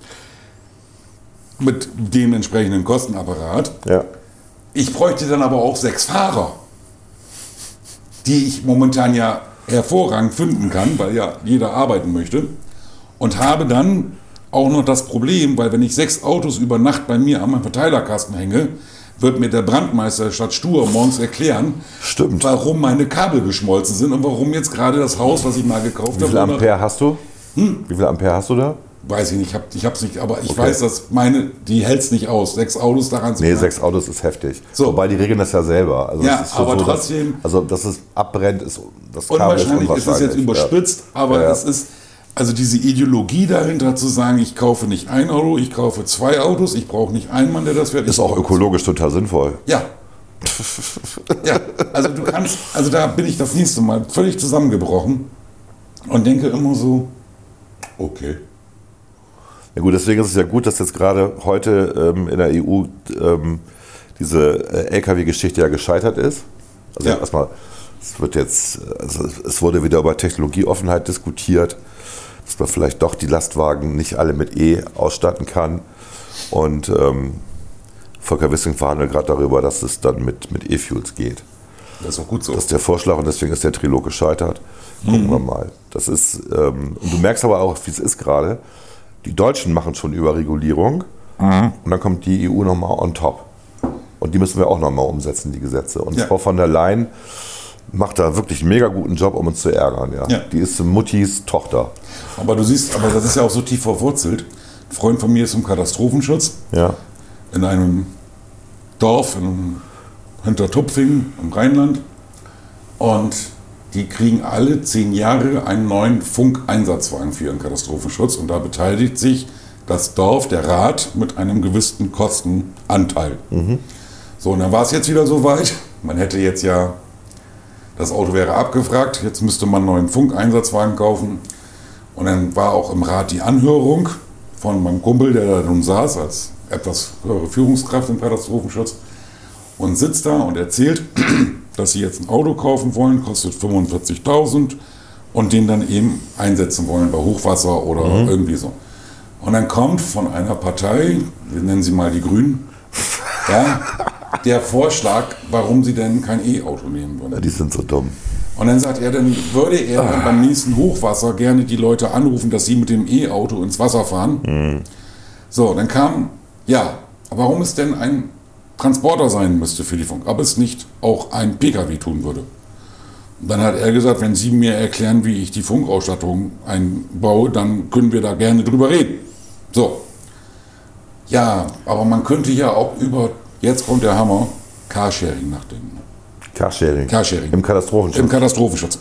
mit dem entsprechenden Kostenapparat. Ja. Ich bräuchte dann aber auch sechs Fahrer, die ich momentan ja hervorragend finden kann, weil ja jeder arbeiten möchte. Und habe dann auch noch das Problem, weil wenn ich sechs Autos über Nacht bei mir an meinem Verteilerkasten hänge, wird mir der Brandmeister statt stur morgens erklären, Stimmt. warum meine Kabel geschmolzen sind und warum jetzt gerade das Haus, was ich mal gekauft Wie viel habe, Ampere hast du? Hm? Wie viel Ampere hast du da? weiß ich nicht, ich, hab, ich hab's nicht, aber ich Okay. weiß, dass meine, die hält's nicht aus. Sechs Autos daran zu Nee, machen. sechs Autos ist heftig. So. Wobei die regeln das ja selber. Also Ja, es ist schon aber so, trotzdem- Dass, also, dass es abbrennt, ist das Kabel ist Unwahrscheinlich ist es jetzt unwahrscheinlich. überspitzt, aber Ja, ja. es ist, also diese Ideologie dahinter zu sagen, ich kaufe nicht ein Auto, ich kaufe zwei Autos, ich brauche nicht einen Mann, der das fährt. Ja. Ist ich auch brauche- ökologisch total sinnvoll. Ja. Ja, also du kannst, also da bin ich das nächste Mal völlig zusammengebrochen und denke immer so, okay. Ja gut, deswegen ist es ja gut, dass jetzt gerade heute ähm, in der E U ähm, diese äh, L K W-Geschichte ja gescheitert ist. Also Ja. erstmal, es wird jetzt, also es wurde wieder über Technologieoffenheit diskutiert, dass man vielleicht doch die Lastwagen nicht alle mit E ausstatten kann. Und ähm, Volker Wissing verhandelt gerade darüber, dass es dann mit, mit E-Fuels geht. Das ist auch gut so. Das ist der Vorschlag und deswegen ist der Trilog gescheitert. Gucken wir mal. Das ist, ähm, und du merkst aber auch, wie es ist gerade. Die Deutschen machen schon Überregulierung und dann kommt die E U nochmal on top. Und die müssen wir auch nochmal umsetzen, die Gesetze. Und Ja. Frau von der Leyen macht da wirklich einen mega guten Job, um uns zu ärgern. Ja. Ja. Die ist Muttis Tochter. Aber du siehst, aber das ist ja auch so tief verwurzelt. Ein Freund von mir ist im Katastrophenschutz Ja. in einem Dorf in Hintertupfingen im Rheinland und die kriegen alle zehn Jahre einen neuen Funkeinsatzwagen für ihren Katastrophenschutz und da beteiligt sich das Dorf, der Rat, mit einem gewissen Kostenanteil. So, und dann war es jetzt wieder so weit. Man hätte jetzt ja, das Auto wäre abgefragt, jetzt müsste man einen neuen Funkeinsatzwagen kaufen. Und dann war auch im Rat die Anhörung von meinem Kumpel, der da nun saß, als etwas höhere Führungskraft im Katastrophenschutz, und sitzt da und erzählt, dass sie jetzt ein Auto kaufen wollen, kostet fünfundvierzigtausend und den dann eben einsetzen wollen bei Hochwasser oder irgendwie so. Und dann kommt von einer Partei, wir nennen sie mal die Grünen, ja, der Vorschlag, warum sie denn kein E-Auto nehmen würden. Die sind so dumm. Und dann sagt er, dann würde er dann beim nächsten Hochwasser gerne die Leute anrufen, dass sie mit dem E-Auto ins Wasser fahren. So, dann kam, ja, warum es denn ein Transporter sein müsste für die Funk, aber es nicht auch ein P K W tun würde. Und dann hat er gesagt, wenn Sie mir erklären, wie ich die Funkausstattung einbaue, dann können wir da gerne drüber reden. So. Ja, aber man könnte ja auch über, jetzt kommt der Hammer, Carsharing nachdenken. Carsharing. Carsharing. Im Katastrophenschutz. Im Katastrophenschutz.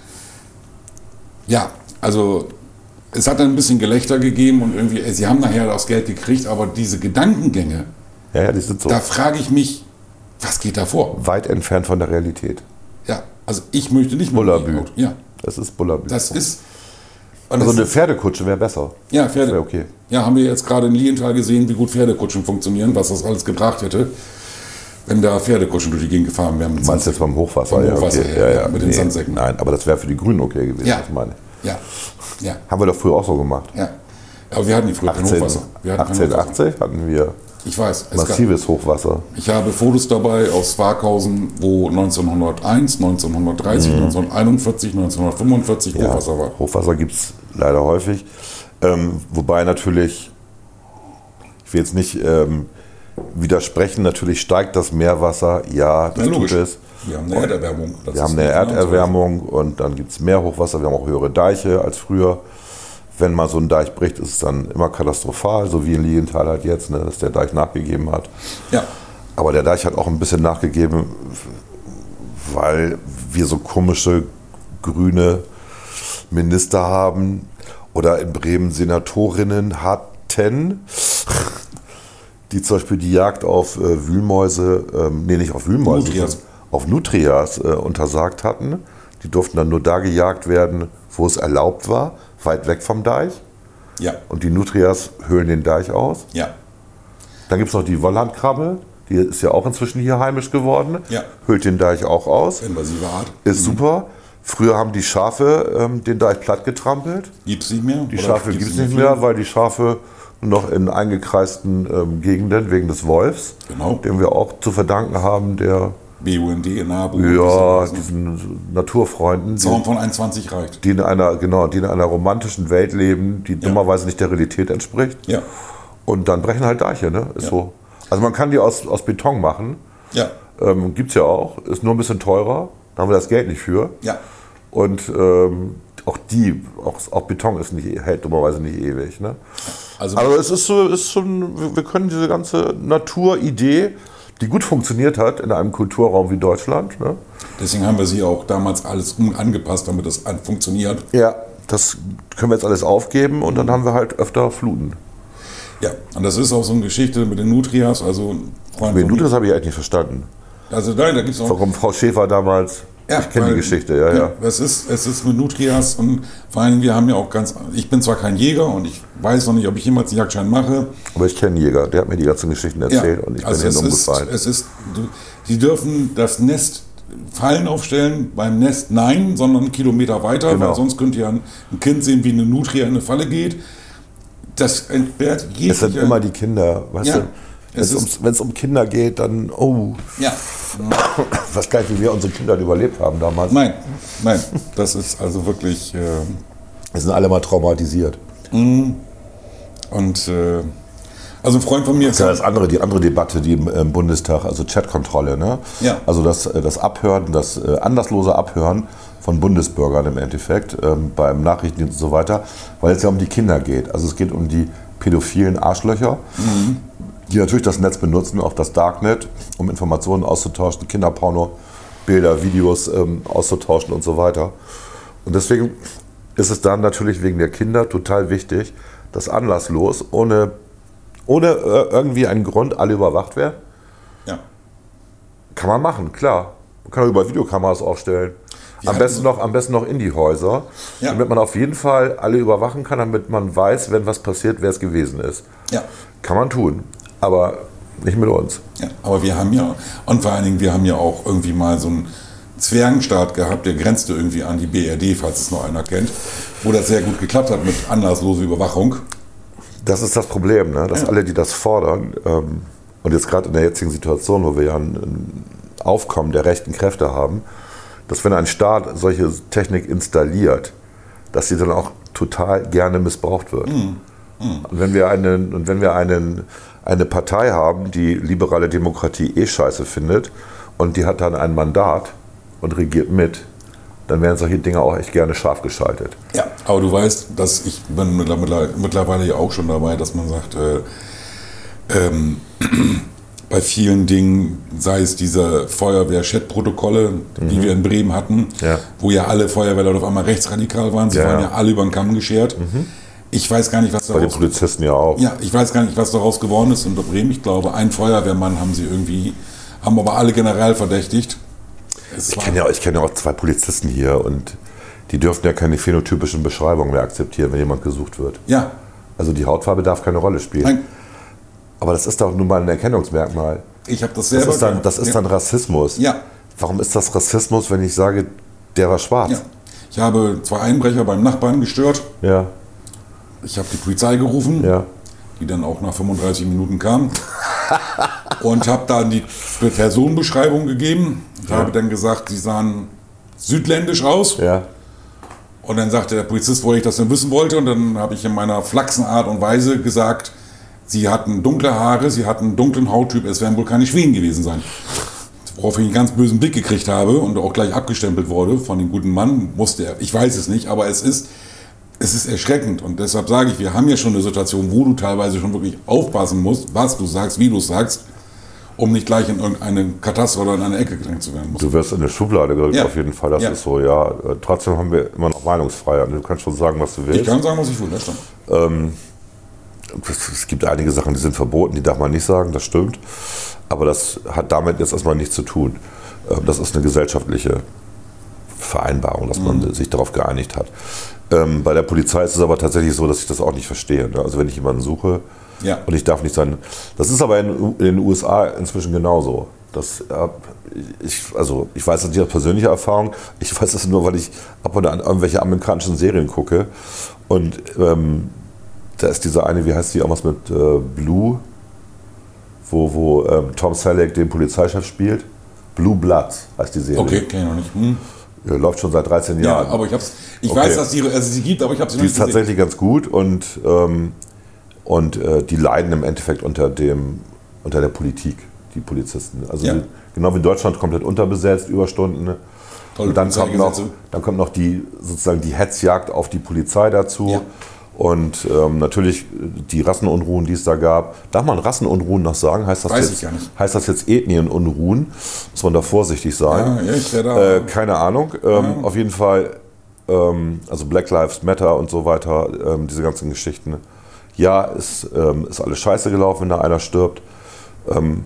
Ja, also es hat dann ein bisschen Gelächter gegeben und irgendwie, sie haben nachher das Geld gekriegt, aber diese Gedankengänge, ja, ja, die sind so da frage ich mich, was geht da vor? weit entfernt von der Realität. Ja, also ich möchte nicht mit dem Bullabü. E-Auto. Ja, Das ist Bullabü. das ist. Und Also das, eine Pferdekutsche wäre besser. ja, Das Pferde. wäre okay. Ja, haben wir jetzt gerade in Lienthal gesehen, wie gut Pferdekutschen funktionieren, was das alles gebracht hätte, wenn da Pferdekutschen durch die Gegend gefahren wären. Mit Du meinst jetzt beim Hochwasser? Vom ja, Hochwasser okay. her, ja, ja. mit den Sandsäcken. Nein, aber das wäre für die Grünen okay gewesen, Ja. das meine ich. Ja, ja, Haben wir doch früher auch so gemacht. ja. Aber wir hatten die früher kein Hochwasser. Wir hatten kein Hochwasser. achtzehnhundertachtzig hatten wir Ich weiß. Es gab, massives Hochwasser. ich habe Fotos dabei aus Warkhausen, wo neunzehnhunderteins, neunzehnhundertdreißig, neunzehnhunderteinundvierzig, neunzehnhundertfünfundvierzig Ja, Hochwasser war. Hochwasser gibt es leider häufig. Ähm, wobei natürlich, ich will jetzt nicht ähm, widersprechen, natürlich steigt das Meerwasser, ja, das Ja, tut logisch. es. Wir haben eine Erderwärmung. Das Wir ist haben eine nicht genau so. Erderwärmung und dann gibt es mehr Hochwasser, wir haben auch höhere Deiche als früher. Wenn mal so ein Deich bricht, ist es dann immer katastrophal, so wie in Lienthal halt jetzt, ne, dass der Deich nachgegeben hat. Ja, Aber der Deich hat auch ein bisschen nachgegeben, weil wir so komische grüne Minister haben oder in Bremen Senatorinnen hatten, die zum Beispiel die Jagd auf äh, Wühlmäuse, ähm, nee, nicht auf Wühlmäuse, Nutrias. sondern auf Nutrias äh, untersagt hatten. Die durften dann nur da gejagt werden, wo es erlaubt war, weit weg vom Deich. ja, Und die Nutrias höhlen den Deich aus. ja, Dann gibt es noch die Wollandkrabbe, die ist ja auch inzwischen hier heimisch geworden. Ja. Höhlt den Deich auch aus. invasive Art. Ist super. Früher haben die Schafe ähm, den Deich platt getrampelt. Gibt es nicht mehr? Die Schafe gibt es nicht mehr, weil die Schafe nur noch in eingekreisten ähm, Gegenden wegen des Wolfs, Genau. dem wir auch zu verdanken haben, der B U N D in Nabu. ja, diesen Naturfreunden, die, Zaun von einundzwanzig reicht. die, in einer, genau, die in einer romantischen Welt leben, die dummerweise nicht der Realität entspricht. Ja, Und dann brechen halt Deiche, ne? Ist Ja. so. Also man kann die aus, aus Beton machen. Ja. Ähm, Gibt es ja auch. Ist nur ein bisschen teurer. Da haben wir das Geld nicht für. Ja. Und ähm, auch die, auch, auch Beton ist nicht, hält dummerweise nicht ewig. Ne? Also, Aber es ist so, ist schon, wir können diese ganze Naturidee, die gut funktioniert hat in einem Kulturraum wie Deutschland. Ne? deswegen haben wir sie auch damals alles um angepasst, damit das an- funktioniert. Ja, das können wir jetzt alles aufgeben und dann haben wir halt öfter Fluten. Ja, und das ist auch so eine Geschichte mit den Nutrias. Also, ein Freund Mit von Nutrias habe ich eigentlich nicht verstanden. mir- also nein, da gibt es auch. Warum Frau Schäfer damals, Ja, ich kenne die weil- Geschichte, ja, ja. Es ist, es ist mit Nutrias und vor allem, wir haben ja auch ganz, ich bin zwar kein Jäger und ich weiß noch nicht, ob ich jemals einen Jagdschein mache. Aber ich kenne einen Jäger, der hat mir die ganzen Geschichten erzählt und ich bin also hin es ist, umgefallen. es ist, du- die dürfen das Nest Fallen aufstellen, beim Nest nein, sondern einen Kilometer weiter, Genau. weil sonst könnt ihr ein, ein Kind sehen, wie eine Nutria in eine Falle geht. Das entbehrt jegliche... Es sind immer die Kinder, weißt Ja, du? Wenn es es, ist- um, wenn es um Kinder geht, dann, oh, Ja, ich weiß gar nicht, wie wir unsere Kinder überlebt haben damals. nein, nein, das ist also wirklich... Äh, Wir sind alle mal traumatisiert. und äh, also ein Freund von mir Das ist ja das andere, die andere Debatte, die im, im Bundestag, also Chatkontrolle, ne? Ja. Also das, äh, das Abhören, das äh, anlasslose Abhören von Bundesbürgern im Endeffekt, ähm, beim Nachrichtendienst und so weiter, weil es ja um die Kinder geht. Also es geht um die pädophilen Arschlöcher, Mhm. die natürlich das Netz benutzen, auch das Darknet, um Informationen auszutauschen, Kinderporno, Bilder, Videos ähm, auszutauschen und so weiter. Und deswegen ist es dann natürlich wegen der Kinder total wichtig, dass anlasslos, ohne, ohne äh, irgendwie einen Grund, alle überwacht werden. ja. Kann man machen, klar. Man kann auch über Videokameras aufstellen. Wir Am hatten- besten, noch, am besten noch in die Häuser, Ja. damit man auf jeden Fall alle überwachen kann, damit man weiß, wenn was passiert, wer es gewesen ist. Ja. Kann man tun, aber nicht mit uns. Ja, aber wir haben ja, und vor allen Dingen, wir haben ja auch irgendwie mal so einen Zwergenstaat gehabt, der grenzte irgendwie an die B R D, falls es noch einer kennt, wo das sehr gut geklappt hat mit anlassloser Überwachung. Das ist das Problem, ne? Dass Ja. alle, die das fordern, ähm, und jetzt gerade in der jetzigen Situation, wo wir ja ein, ein Aufkommen der rechten Kräfte haben, dass wenn ein Staat solche Technik installiert, dass sie dann auch total gerne missbraucht wird. Und wenn wir, einen, und wenn wir einen, eine Partei haben, die liberale Demokratie eh scheiße findet und die hat dann ein Mandat und regiert mit, dann werden solche Dinge auch echt gerne scharf geschaltet. Ja, aber du weißt, dass ich bin mittlerweile, mittlerweile ja auch schon dabei, dass man sagt, äh, ähm, bei vielen Dingen, sei es diese Feuerwehr-Chat-Protokolle, die wir in Bremen hatten, Ja. wo ja alle Feuerwehrleute auf einmal rechtsradikal waren, sie Ja, waren ja. ja alle über den Kamm geschert. Ich weiß gar nicht, was Bei den daraus, Polizisten ja auch. ja, ich weiß gar nicht, was daraus geworden ist in Bremen. Ich glaube, einen Feuerwehrmann haben sie irgendwie, haben aber alle generell verdächtigt. Es Ich war- kenne ja, ich kenn ja auch zwei Polizisten hier und die dürfen ja keine phänotypischen Beschreibungen mehr akzeptieren, wenn jemand gesucht wird. Ja, Also die Hautfarbe darf keine Rolle spielen. nein, Aber das ist doch nun mal ein Erkennungsmerkmal. ich habe das Das selber ist dann, gehabt. das ist ja. dann Rassismus. Ja. Warum ist das Rassismus, wenn ich sage, der war schwarz? Ja. Ich habe zwei Einbrecher beim Nachbarn gestört. Ja, Ich habe die Polizei gerufen, ja. die dann auch nach fünfunddreißig Minuten kam. Und habe dann die Personenbeschreibung gegeben. Ich Ja. habe dann gesagt, sie sahen südländisch aus. ja. Und dann sagte der Polizist, wo ich das denn wissen wollte. Und dann habe ich in meiner flachsen Art und Weise gesagt, sie hatten dunkle Haare, sie hatten einen dunklen Hauttyp, es werden wohl keine Schweden gewesen sein. Worauf ich einen ganz bösen Blick gekriegt habe und auch gleich abgestempelt wurde von dem guten Mann, musste er, ich weiß es nicht, aber es ist, es ist erschreckend. Und deshalb sage ich, wir haben ja schon eine Situation, wo du teilweise schon wirklich aufpassen musst, was du sagst, wie du es sagst, um nicht gleich in irgendeine Katastrophe oder in eine Ecke gedrängt zu werden. Du wirst in eine Schublade gedrückt, Ja. auf jeden Fall. Das Ja. ist so, ja. Äh, Trotzdem haben wir immer noch Meinungsfreiheit. Du kannst schon sagen, was du willst. Ich kann sagen, was ich will, das stimmt. Es es gibt einige Sachen, die sind verboten, die darf man nicht sagen, das stimmt. Aber das hat damit jetzt erstmal nichts zu tun. Ähm, Das ist eine gesellschaftliche Vereinbarung, dass man sich darauf geeinigt hat. Ähm, Bei der Polizei ist es aber tatsächlich so, dass ich das auch nicht verstehe. ne? Also wenn ich jemanden suche Ja. und ich darf nicht sein. Das ist aber in, U- in den U S A inzwischen genauso. Das, äh, ich, also ich weiß das nicht aus persönlicher Erfahrung. Ich weiß das nur, weil ich ab und an irgendwelche amerikanischen Serien gucke. Und ähm, da ist diese eine, wie heißt die, auch was mit äh, Blue, wo, wo ähm, Tom Selleck den Polizeichef spielt. Blue Bloods heißt die Serie. Okay, kenne ich noch nicht. Hm. Ja, läuft schon seit dreizehn Ja, Jahren. aber ich hab's. Ich Okay. weiß, dass die, also sie gibt, aber ich habe sie noch Die nicht ist tatsächlich ganz gut und, ähm, und äh, die leiden im Endeffekt unter dem unter der Politik, die Polizisten. Also Ja. die, genau wie in Deutschland komplett unterbesetzt, Überstunden. Ne? Tolle Und dann kommt, noch, Polizeigesetze. dann kommt noch die sozusagen die Hetzjagd auf die Polizei dazu. Ja. Und ähm, natürlich die Rassenunruhen, die es da gab. Darf man Rassenunruhen noch sagen? Heißt das Weiß jetzt, ich gar nicht. Heißt das jetzt Ethnienunruhen? Muss man da vorsichtig sein? Ja, ja, ich wär da. Äh, keine Ahnung. Ähm, Auf jeden Fall, ähm, also Black Lives Matter und so weiter, ähm, diese ganzen Geschichten. Ja, es ähm, ist alles scheiße gelaufen, wenn da einer stirbt. Ähm,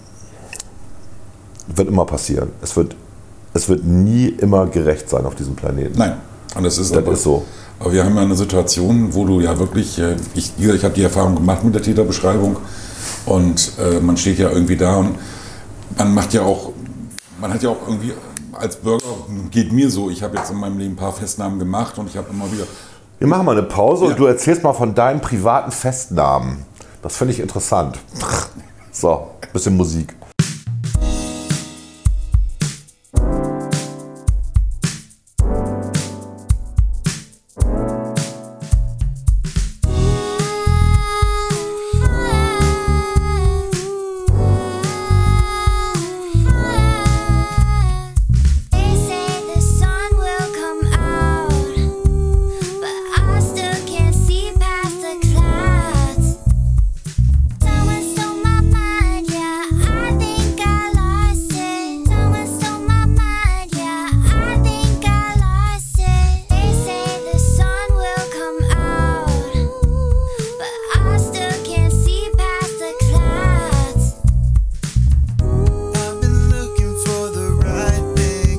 wird immer passieren. Es wird, es wird nie immer gerecht sein auf diesem Planeten. Nein, und das ist, Das aber, ist so. aber wir haben ja eine Situation, wo du ja wirklich, äh, ich, wie gesagt, ich habe die Erfahrung gemacht mit der Täterbeschreibung und äh, man steht ja irgendwie da und man macht ja auch, man hat ja auch irgendwie als Bürger, geht mir so, ich habe jetzt in meinem Leben ein paar Festnahmen gemacht und ich habe immer wieder... Wir machen mal eine Pause Ja. und du erzählst mal von deinen privaten Festnahmen. Das finde ich interessant. So, bisschen Musik. They say the sun will come out, but I still can't see past the clouds. Someone stole my mind, yeah, I think I lost it. Someone stole my mind, yeah, I think I lost it. They say the sun will come out, but I still can't see past the clouds. I've been looking for the right thing.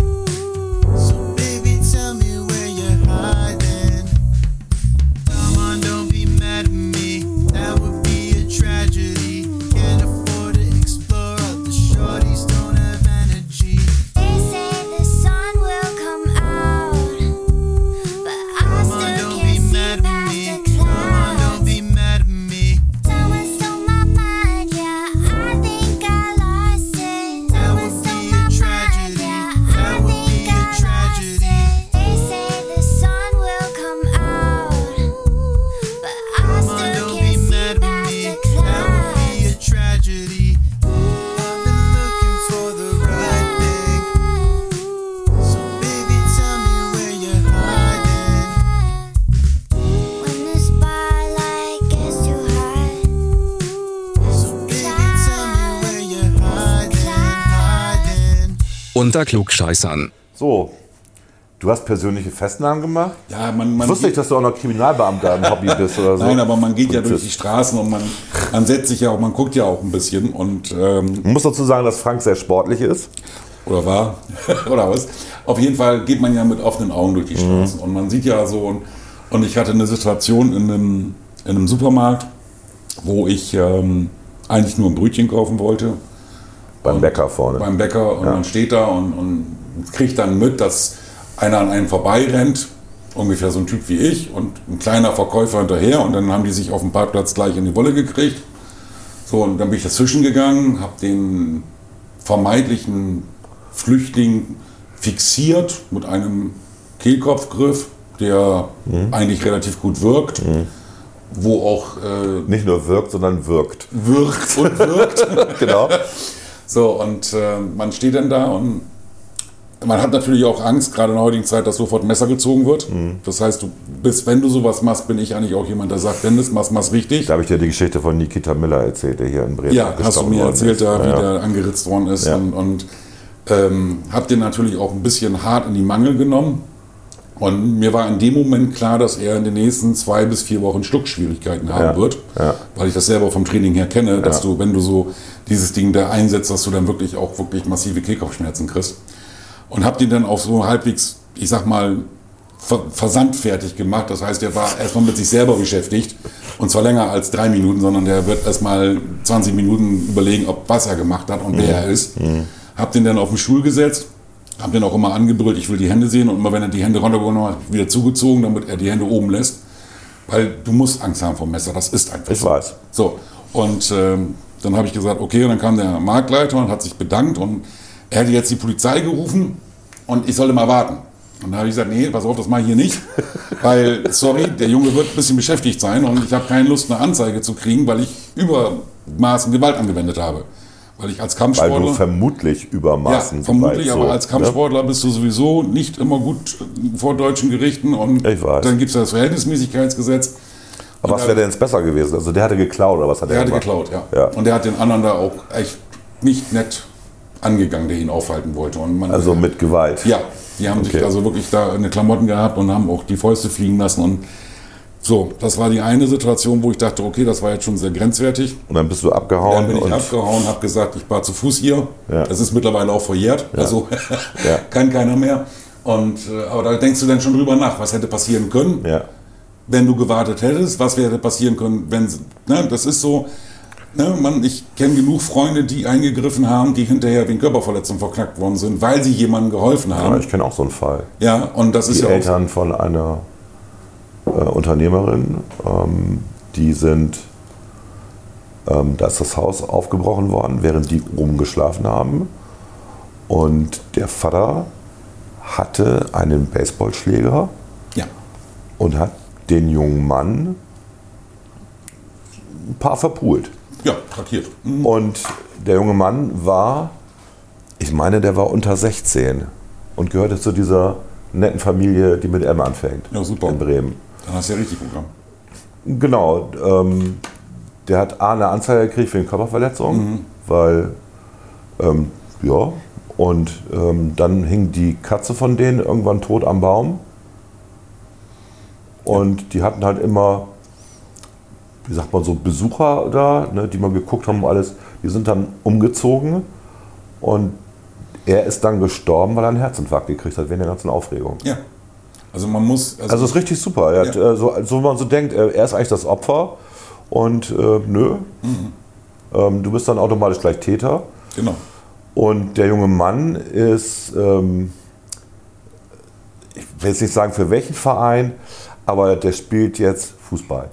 So baby, tell me where you're hiding. Come on, don't be mad at me. That would be a tragedy. Can't afford to explore. All the shorties don't have energy. They say the sun will come out, but I Come on, still don't can't be see mad at past me. the Come on, don't clouds. be mad at me. Someone stole my mind, yeah, I think I lost it. That Someone would stole be my a mind, tragedy. yeah, That I would think be a I lost tragedy. it. They say the sun will come out, but I Come on, still don't be can't see mad at past me. the That would be a clouds. tragedy. I've been looking for the right thing. So baby, tell me where you're hiding. When the spotlight gets too hot, So baby, tell me where you're hiding, hiding. Unter Klugscheißern. So, du hast persönliche Festnahmen gemacht? Ja, man, man Ich wusste nicht, dass du auch noch Kriminalbeamter im Hobby bist oder so. Nein, aber man geht ja durch Polizist. die Straßen und man, man setzt sich ja auch, man guckt ja auch ein bisschen und ähm, Man muss dazu sagen, dass Frank sehr sportlich ist. oder war oder was. Auf jeden Fall geht man ja mit offenen Augen durch die Straßen und man sieht ja so und, und ich hatte eine Situation in einem, in einem Supermarkt, wo ich ähm, eigentlich nur ein Brötchen kaufen wollte Beim Und Bäcker vorne. beim Bäcker und Ja. man steht da und, und kriegt dann mit, dass einer an einem vorbeirennt, ungefähr so ein Typ wie ich und ein kleiner Verkäufer hinterher und dann haben die sich auf dem Parkplatz gleich in die Wolle gekriegt. So, und dann bin ich dazwischen gegangen, habe den vermeintlichen Flüchtling fixiert mit einem Kehlkopfgriff, der eigentlich relativ gut wirkt, wo auch äh, Nicht nur wirkt, sondern wirkt. wirkt und wirkt. Genau. So, und äh, man steht dann da und man hat natürlich auch Angst, gerade in der heutigen Zeit, dass sofort ein Messer gezogen wird. Das heißt, du bist, wenn du sowas machst, bin ich eigentlich auch jemand, der sagt, Dennis, mach's, mach's richtig. Da habe ich dir die Geschichte von Nikita Miller erzählt, der hier in Bremen Ja, hast du gestorben mir worden erzählt, ist. da, wie Ja, ja. der angeritzt worden ist. Ja. Und, und ähm, hab den natürlich auch ein bisschen hart in die Mangel genommen. Und mir war in dem Moment klar, dass er in den nächsten zwei bis vier Wochen Schluckschwierigkeiten haben Ja. wird. Ja. Weil ich das selber vom Training her kenne, dass Ja. du, wenn du so dieses Ding da einsetzt, dass du dann wirklich auch wirklich massive Kehlkopfschmerzen kriegst. Und hab den dann auch so halbwegs, ich sag mal, ver versandfertig gemacht. Das heißt, er war erstmal mit sich selber beschäftigt. Und zwar länger als drei Minuten, sondern der wird erstmal zwanzig Minuten überlegen, ob was er gemacht hat und wer er ist. Hab den dann auf den Stuhl gesetzt, hab den auch immer angebrüllt, ich will die Hände sehen. Und immer wenn er die Hände runtergenommen hat, wieder zugezogen, damit er die Hände oben lässt. Weil du musst Angst haben vom Messer, das ist einfach Ich so. weiß. So, und ähm, dann habe ich gesagt, okay, und dann kam der Marktleiter und hat sich bedankt und er hätte jetzt die Polizei gerufen und ich sollte mal warten. Und dann habe ich gesagt, nee, pass auf, das mache ich hier nicht, weil, sorry, der Junge wird ein bisschen beschäftigt sein und ich habe keine Lust, eine Anzeige zu kriegen, weil ich über Maßen Gewalt angewendet habe. Weil ich als Weil Kampfsportler... du vermutlich über ja, Maßen vermutlich, Gewalt aber so, als Kampfsportler bist du sowieso nicht immer gut vor deutschen Gerichten und Ich weiß. dann gibt es das Verhältnismäßigkeitsgesetz. Ne? Aber was wäre denn jetzt besser gewesen? Also der hatte geklaut oder was hat Der er hatte gemacht? geklaut, ja. Ja. Und der hat den anderen da auch echt nicht nett angegangen, der ihn aufhalten wollte. Und man, Also mit Gewalt. Ja, die haben Okay. sich also wirklich da eine Klamotten gehabt und haben auch die Fäuste fliegen lassen. Und so, das war die eine Situation, wo ich dachte, okay, das war jetzt schon sehr grenzwertig. Und dann bist du abgehauen. Dann bin ich und abgehauen, habe gesagt, ich war zu Fuß hier. Ja. Das ist mittlerweile auch verjährt, also Ja. kann keiner mehr. Und, äh, aber da denkst du dann schon drüber nach, was hätte passieren können, Ja. wenn du gewartet hättest, was wäre passieren können, wenn, sie- ne, das ist so, ne, man, ich kenne genug Freunde, die eingegriffen haben, die hinterher wegen Körperverletzung verknackt worden sind, weil sie jemandem geholfen Ja, haben. ich kenne auch so einen Fall. Ja, und das ist Die ja Eltern von einer äh, Unternehmerin, ähm, die sind, ähm, da ist das Haus aufgebrochen worden, während die oben geschlafen haben. Und der Vater hatte einen Baseballschläger auch, ja, und hat den jungen Mann ein paar verpult. ja, traktiert. Mhm. Und der junge Mann war, ich meine, der war unter sechzehn und gehörte zu dieser netten Familie, die mit M anfängt. Ja, super. In Bremen. Dann hast du ja richtig Programm. Genau. Ähm, der hat A, eine Anzeige gekriegt wegen Körperverletzung, Mhm. weil, ähm, ja, und ähm, dann hing die Katze von denen irgendwann tot am Baum. Und die hatten halt immer, wie sagt man so, Besucher da, ne, die mal geguckt haben, alles. Die sind dann umgezogen und er ist dann gestorben, weil er einen Herzinfarkt gekriegt hat wegen der ganzen Aufregung. Ja. Also man muss. Also das ist richtig super. Er hat, Ja. äh, so, so wie man so denkt, äh, er ist eigentlich das Opfer und äh, nö, Mhm. ähm, du bist dann automatisch gleich Täter. Genau. Und der junge Mann ist, ähm, ich will jetzt nicht sagen für welchen Verein, aber der spielt jetzt Fußball.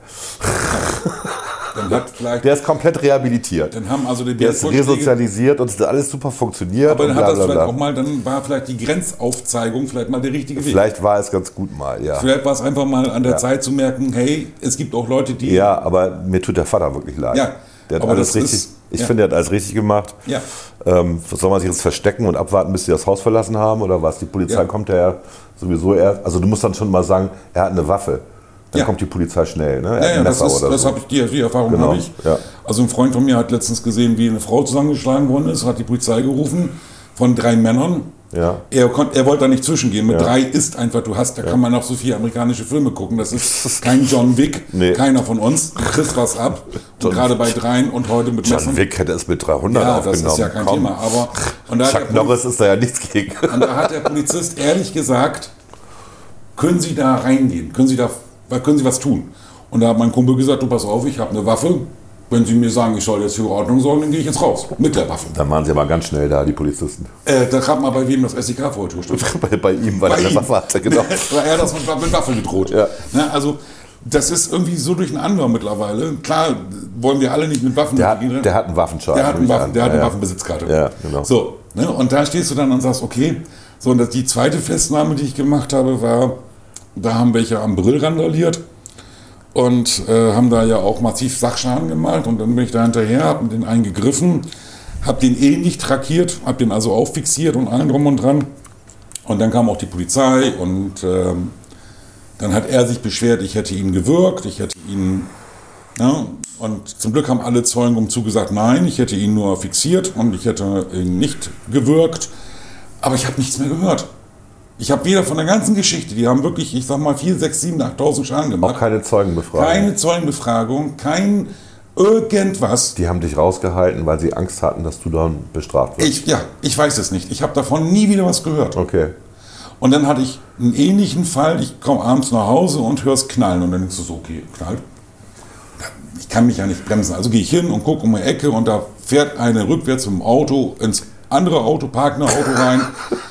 Dann hat vielleicht. Der ist komplett rehabilitiert. Dann haben also die Der ist Baseballschläge- resozialisiert und es hat alles super funktioniert. Aber und dann bla, hat das bla, vielleicht bla. auch mal, dann war vielleicht die Grenzaufzeigung vielleicht mal der richtige Weg. Vielleicht war es ganz gut mal, ja. Vielleicht war es einfach mal an der Ja. Zeit zu merken, hey, es gibt auch Leute, die. Ja, aber mir tut der Vater wirklich leid. Ja, Der hat aber alles das richtig, ist- ich ja. finde, er hat alles richtig gemacht. Ja. Ähm, was soll man sich jetzt verstecken und abwarten, bis sie das Haus verlassen haben oder was? Die Polizei Ja. kommt ja sowieso erst. Also du musst dann schon mal sagen, er hat eine Waffe. Dann Ja. kommt die Polizei schnell. Ne? Er hat Ja, ja, ein das, Messer ist, oder das so. habe ich, die, die Erfahrung Genau, habe ich. ja. Also ein Freund von mir hat letztens gesehen, wie eine Frau zusammengeschlagen worden ist, hat die Polizei gerufen von drei Männern. Ja. Er, konnt, er wollte da nicht zwischengehen. Mit Ja. drei ist einfach, du hast, da kann man auch so viele amerikanische Filme gucken. Das ist kein John Wick, Nee. keiner von uns. Du kriegst was ab. Und John- gerade bei dreien und heute mit John Messern. Wick hätte es mit dreihundert Ja, aufgenommen. das ist ja kein Komm. Thema. Aber, und, da hat Chuck der Poli- Norris ist da ja nichts gegen. und da hat der Polizist ehrlich gesagt, können Sie da reingehen? Können Sie da, können Sie was tun? Und da hat mein Kumpel gesagt, du pass auf, ich habe eine Waffe. Wenn Sie mir sagen, ich soll jetzt für Ordnung sorgen, dann gehe ich jetzt raus. Mit der Waffe. Dann waren sie aber ganz schnell da, die Polizisten. Äh, da hat mal bei wem das S E K vor der Tür steht. bei, bei ihm, weil Bei er eine ihm. Waffe hatte, genau. Weil er das mit, mit Waffe gedroht. Ja. Ne, also das ist irgendwie so durcheinander mittlerweile. Klar wollen wir alle nicht mit Waffen Der hat, umgehen. der hat einen Waffenschein. Der hat, einen nehme ich Waffen, an. der hat eine Ja, ja. Waffenbesitzkarte. Ja, genau. So, ne? Und da stehst du dann und sagst, okay. So, und das, die zweite Festnahme, die ich gemacht habe, war, da haben welche am Brill randaliert und äh, haben da ja auch massiv Sachschaden gemalt. Und dann bin ich da hinterher, hab den einen gegriffen, hab den eh nicht trackiert, hab den also auch fixiert und allen drum und dran. Und dann kam auch die Polizei und ähm, dann hat er sich beschwert, ich hätte ihn gewürgt, ich hätte ihn. Ja, und zum Glück haben alle Zeugen umzu gesagt, nein, ich hätte ihn nur fixiert und ich hätte ihn nicht gewürgt. Aber ich habe nichts mehr gehört. Ich habe weder von der ganzen Geschichte, die haben wirklich, ich sag mal, vier, sechs, sieben, achttausend Schaden Auch gemacht. keine Zeugenbefragung. Keine Zeugenbefragung, kein irgendwas. Die haben dich rausgehalten, weil sie Angst hatten, dass du dann bestraft wirst. Ich, ja, ich weiß es nicht. Ich habe davon nie wieder was gehört. Okay. Und dann hatte ich einen ähnlichen Fall. Ich komme abends nach Hause und höre es knallen. Und dann denkst du so, okay, knallt. Ich kann mich ja nicht bremsen. Also gehe ich hin und gucke um die Ecke und da fährt eine rückwärts mit dem Auto ins andere Auto, parkt ein Auto rein,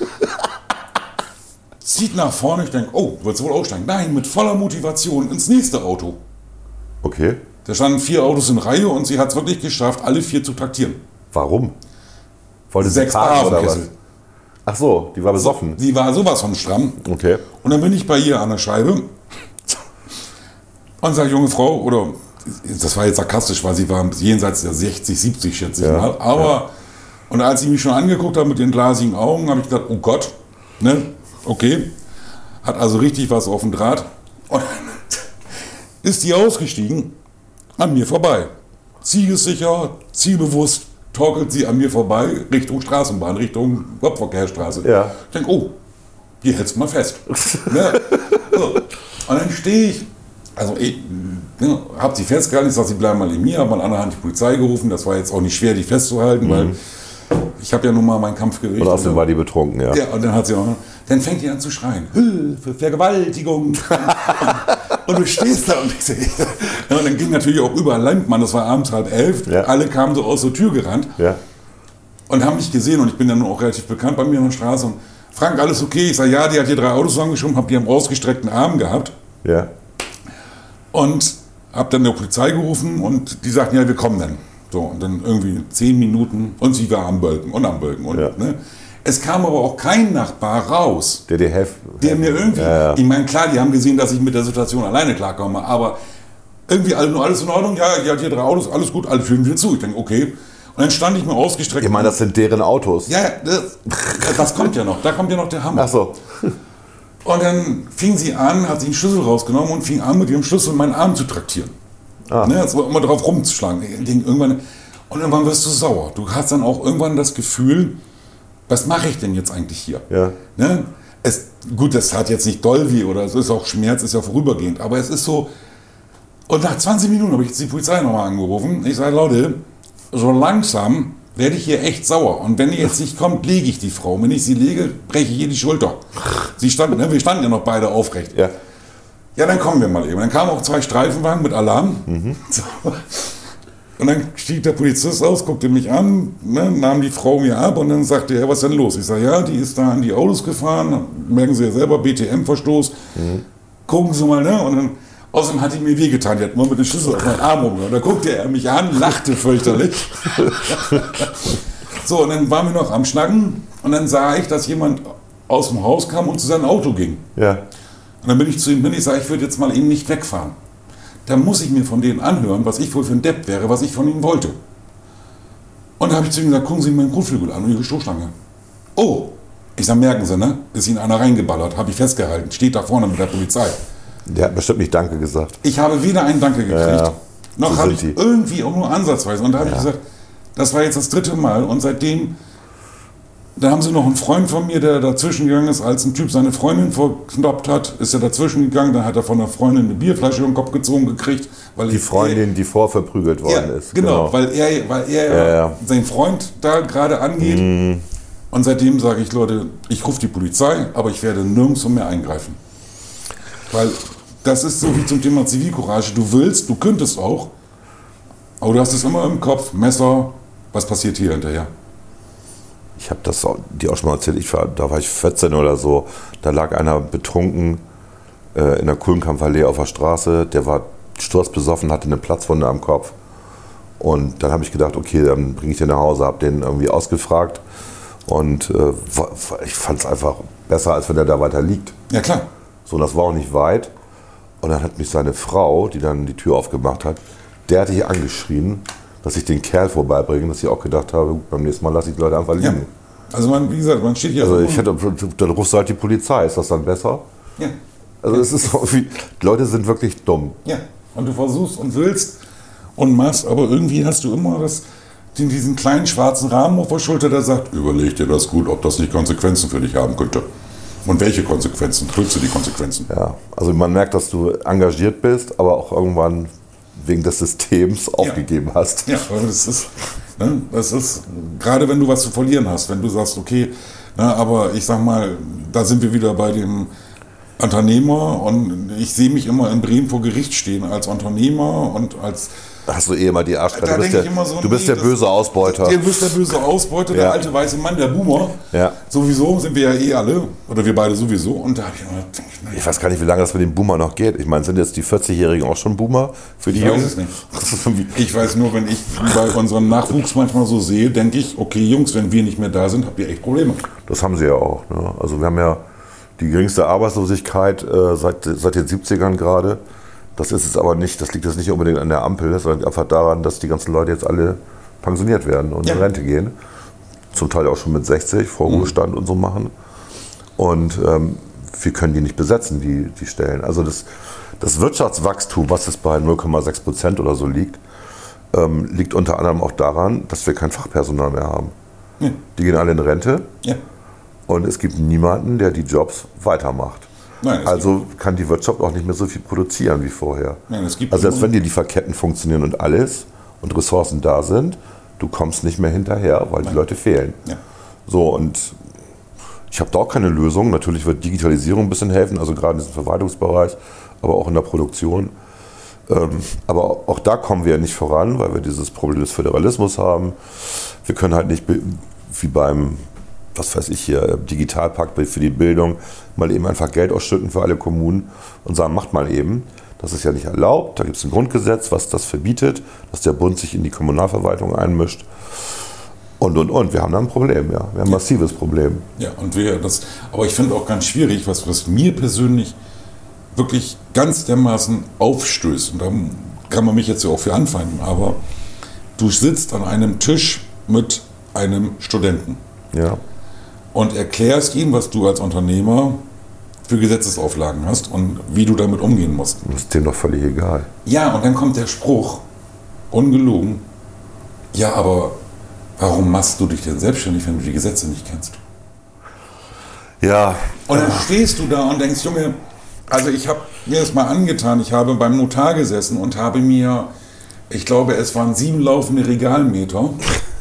zieht nach vorne. Ich denke, oh, willst du wohl aussteigen? Nein, mit voller Motivation ins nächste Auto. Okay. Da standen vier Autos in Reihe und sie hat es wirklich geschafft, alle vier zu traktieren. Warum? Wollte sie Sechs parken Bar auf dem oder was? Kessel. Ach so, die war besoffen. Sie war sowas von stramm. Okay. Und dann bin ich bei ihr an der Scheibe und sage, junge Frau, oder das war jetzt sarkastisch, weil sie war jenseits der sechzig, siebzig, schätze ich Ja, mal. Aber, und als ich mich schon angeguckt habe mit den glasigen Augen, habe ich gedacht, oh Gott, ne, okay, hat also richtig was auf dem Draht. Und dann ist die ausgestiegen, an mir vorbei. Zielsicher, zielbewusst torkelt sie an mir vorbei, Richtung Straßenbahn, Richtung Hauptverkehrsstraße. Ja. Ich denke, oh, die hältst mal fest. Ne? So. Und dann stehe ich, also ich ne, habe sie festgehalten, ich sage, sie bleiben mal in mir, habe mal an der Hand die Polizei gerufen, das war jetzt auch nicht schwer, die festzuhalten, mhm. weil ich habe ja nun mal mein Kampfgericht. Und außerdem war die betrunken, ja. Ja, und dann hat sie auch, dann fängt die an zu schreien, Hilfe, Vergewaltigung. Und du stehst da und ich sehe, ja, und dann ging natürlich auch überall Landmann, das war abends halb elf, Ja. alle kamen so aus der Tür gerannt Ja. und haben mich gesehen und ich bin dann auch relativ bekannt bei mir in der Straße und Frank, alles okay? Ich sage, ja, die hat hier drei Autos angeschoben, habe die am ausgestreckten Arm gehabt Ja. und habe dann der Polizei gerufen und die sagten, ja, wir kommen dann. So, und dann irgendwie zehn Minuten und sie war am Bölken und am Bölken. Und, Ja. ne? Es kam aber auch kein Nachbar raus, Der dir helfen. der mir irgendwie, Ja, ja. ich meine, klar, die haben gesehen, dass ich mit der Situation alleine klarkomme, aber irgendwie alles, alles in Ordnung, ja, die hat hier drei Autos, alles gut, alle führen wieder zu. Ich denke, okay. Und dann stand ich mir ausgestreckt. Ich meine, das sind deren Autos. Ja, ja, das, das kommt ja noch, da kommt ja noch der Hammer. Ach so. Und dann fing sie an, hat sich einen Schlüssel rausgenommen und fing an, mit ihrem Schlüssel meinen Arm zu traktieren. Ah. Ne, das war immer drauf rumzuschlagen. Ich denk, irgendwann, und irgendwann wirst du sauer. Du hast dann auch irgendwann das Gefühl, was mache ich denn jetzt eigentlich hier? Ja. Ne? Es, gut, das hat jetzt nicht doll weh oder es ist auch Schmerz, ist ja vorübergehend, aber es ist so. Und nach zwanzig Minuten habe ich jetzt die Polizei nochmal angerufen. Ich sage, Leute, so langsam werde ich hier echt sauer. Und wenn ihr jetzt nicht kommt, lege ich die Frau. Und wenn ich sie lege, breche ich ihr die Schulter. Sie stand, ne, wir standen ja noch beide aufrecht. Ja. Ja, dann kommen wir mal eben. Dann kamen auch zwei Streifenwagen mit Alarm. So. Und dann stieg der Polizist aus, guckte mich an, ne, nahm die Frau mir ab und dann sagte er, was ist denn los? Ich sage, ja, die ist da an die Autos gefahren, merken Sie ja selber, B T M-Verstoß. Mhm. Gucken Sie mal, ne? Und dann, außerdem hat die mir wehgetan, die hat nur mit dem Schlüssel auf meinen Arm rumgehauen. Da guckte er mich an, lachte fürchterlich. So, und dann waren wir noch am Schnacken und dann sah ich, dass jemand aus dem Haus kam und zu seinem Auto ging. Ja. Und dann bin ich zu ihm hin, ich sage, ich würde jetzt mal eben nicht wegfahren. Dann muss ich mir von denen anhören, was ich wohl für ein Depp wäre, was ich von ihnen wollte. Und da habe ich zu ihm gesagt, gucken Sie mir meinen Kotflügel an und Ihre Stoßstange. Oh, ich sage, merken Sie, ne? Ist Ihnen einer reingeballert, habe ich festgehalten, steht da vorne mit der Polizei. Der hat bestimmt nicht Danke gesagt. Ich habe weder einen Danke gekriegt, Ja, ja. noch So habe ich sind die. irgendwie auch nur ansatzweise. Und da habe ich gesagt, das war jetzt das dritte Mal und seitdem, da haben sie noch einen Freund von mir, der dazwischen gegangen ist, als ein Typ seine Freundin verknoppt hat, ist er dazwischen gegangen, dann hat er von der Freundin eine Bierflasche über den Kopf gezogen gekriegt. Weil Die Freundin, die vorverprügelt worden ja, ist. Genau, weil er, weil er Ja, ja. seinen Freund da gerade angeht. Mhm. Und seitdem sage ich, Leute, ich rufe die Polizei, aber ich werde nirgendwo mehr eingreifen. Weil das ist so wie zum Thema Zivilcourage. Du willst, du könntest auch, aber du hast es immer im Kopf, Messer, was passiert hier hinterher? Ich habe das auch, dir auch schon mal erzählt, ich war, da war ich vierzehn oder so, da lag einer betrunken äh, in der Kuhlenkampfallee auf der Straße, der war sturzbesoffen, hatte eine Platzwunde am Kopf. Und dann habe ich gedacht, okay, dann bringe ich den nach Hause, habe den irgendwie ausgefragt und äh, war, ich fand es einfach besser, als wenn er da weiter liegt. Ja klar. So, das war auch nicht weit. Und dann hat mich seine Frau, die dann die Tür aufgemacht hat, der hatte hier angeschrien, dass ich den Kerl vorbeibringe, dass ich auch gedacht habe, gut, beim nächsten Mal lasse ich die Leute einfach Ja. liegen. Also man, wie gesagt, man steht hier. Also so ich hätte, dann rufst du halt die Polizei, ist das dann besser? ja, Also es ist so wie, die Leute sind wirklich dumm. ja. Und du versuchst und willst und machst, aber irgendwie hast du immer das, den, diesen kleinen schwarzen Rahmen auf der Schulter, der sagt, überleg dir das gut, ob das nicht Konsequenzen für dich haben könnte. Und welche Konsequenzen? Fühlst du die Konsequenzen? Ja, also man merkt, dass du engagiert bist, aber auch irgendwann wegen des Systems aufgegeben hast. Ja, aber das ist, ne, das ist, gerade wenn du was zu verlieren hast, wenn du sagst, okay, ne, aber ich sag mal, da sind wir wieder bei dem Unternehmer und ich sehe mich immer in Bremen vor Gericht stehen als Unternehmer und als Hast du eh immer die Arschkarte. Da Du bist denk der, ich immer so, du bist nee, der das- böse Ausbeuter. Du bist der böse Ausbeuter, Ja. der alte weiße Mann, der Boomer. Ja. Sowieso sind wir ja eh alle, oder wir beide sowieso. Und da habe ich immer gedacht, naja, Ich weiß gar nicht, wie lange das mit dem Boomer noch geht. Ich meine, sind jetzt die vierzigjährigen auch schon Boomer für die Ich weiß Jungs? es nicht. Das ist irgendwie- ich weiß nur, wenn ich bei unserem Nachwuchs manchmal so sehe, denke ich, okay Jungs, wenn wir nicht mehr da sind, habt ihr echt Probleme. Das haben sie ja auch. Ne? Also wir haben ja die geringste Arbeitslosigkeit äh, seit, seit den siebzigern gerade. Das ist es aber nicht, das liegt jetzt nicht unbedingt an der Ampel, sondern einfach daran, dass die ganzen Leute jetzt alle pensioniert werden und Ja. in Rente gehen. Zum Teil auch schon mit sechzig, Vorruhestand und so machen. Und ähm, wir können die nicht besetzen, die, die Stellen. Also das, das Wirtschaftswachstum, was jetzt bei null Komma sechs Prozent oder so liegt, ähm, liegt unter anderem auch daran, dass wir kein Fachpersonal mehr haben. Ja. Die gehen alle in Rente Ja. und es gibt niemanden, der die Jobs weitermacht. Nein, es Also kann die Wirtschaft auch nicht mehr so viel produzieren wie vorher. Nein, es gibt also selbst immer- wenn die Lieferketten funktionieren und alles und Ressourcen da sind, du kommst nicht mehr hinterher, weil die Leute fehlen. Ja. So, und ich habe da auch keine Lösung. Natürlich wird Digitalisierung ein bisschen helfen, also gerade in diesem Verwaltungsbereich, aber auch in der Produktion. Ähm, aber auch da kommen wir ja nicht voran, weil wir dieses Problem des Föderalismus haben. Wir können halt nicht be- wie beim, was weiß ich hier, Digitalpakt für die Bildung, mal eben einfach Geld ausschütten für alle Kommunen und sagen, macht mal eben. Das ist ja nicht erlaubt. Da gibt es ein Grundgesetz, was das verbietet, dass der Bund sich in die Kommunalverwaltung einmischt. Und, und, und. Wir haben da ein Problem, ja. Wir haben ein massives Problem. Ja, und wir das, aber ich finde auch ganz schwierig, was, was mir persönlich wirklich ganz dermaßen aufstößt, und da kann man mich jetzt ja auch für anfeinden, aber du sitzt an einem Tisch mit einem Studenten Ja. und erklärst ihm, was du als Unternehmer für Gesetzesauflagen hast und wie du damit umgehen musst. Das ist dem doch völlig egal. Ja, und dann kommt der Spruch, ungelogen, ja, aber warum machst du dich denn selbstständig, wenn du die Gesetze nicht kennst? Ja, Und dann stehst du da und denkst, Junge, also ich habe mir das mal angetan, ich habe beim Notar gesessen und habe mir, ich glaube, es waren sieben laufende Regalmeter,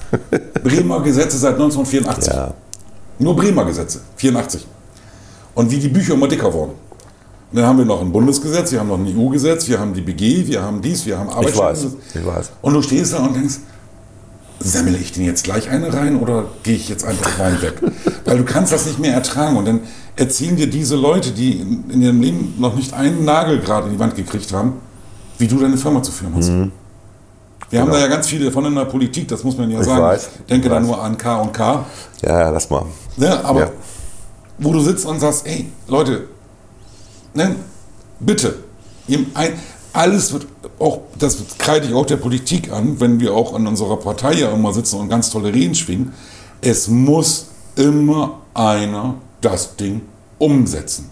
Bremer Gesetze seit neunzehnhundertvierundachtzig. ja. Nur Bremer Gesetze, vierundachtzig. Und wie die Bücher immer dicker wurden. Und dann haben wir noch ein Bundesgesetz, wir haben noch ein E U-Gesetz, wir haben die B G, wir haben dies, wir haben Ich weiß, Arbeitsschutz. ich weiß. Und du stehst da und denkst, semmele ich den jetzt gleich eine rein oder gehe ich jetzt einfach rein weg? Weil du kannst das nicht mehr ertragen. Und dann erzählen dir diese Leute, die in, in ihrem Leben noch nicht einen Nagel gerade in die Wand gekriegt haben, wie du deine Firma zu führen hast. Wir haben Genau. da ja ganz viele davon in der Politik, das muss man ja Ich sagen. weiß, Ich denke ich da weiß. nur an K und K. Ja, ja, lass mal. Ne, aber Ja. wo du sitzt und sagst, ey, Leute, ne, bitte, ihr- ein, alles wird auch, das kreide ich auch der Politik an, wenn wir auch in unserer Partei ja immer sitzen und ganz tolle Reden schwingen, es muss immer einer das Ding umsetzen.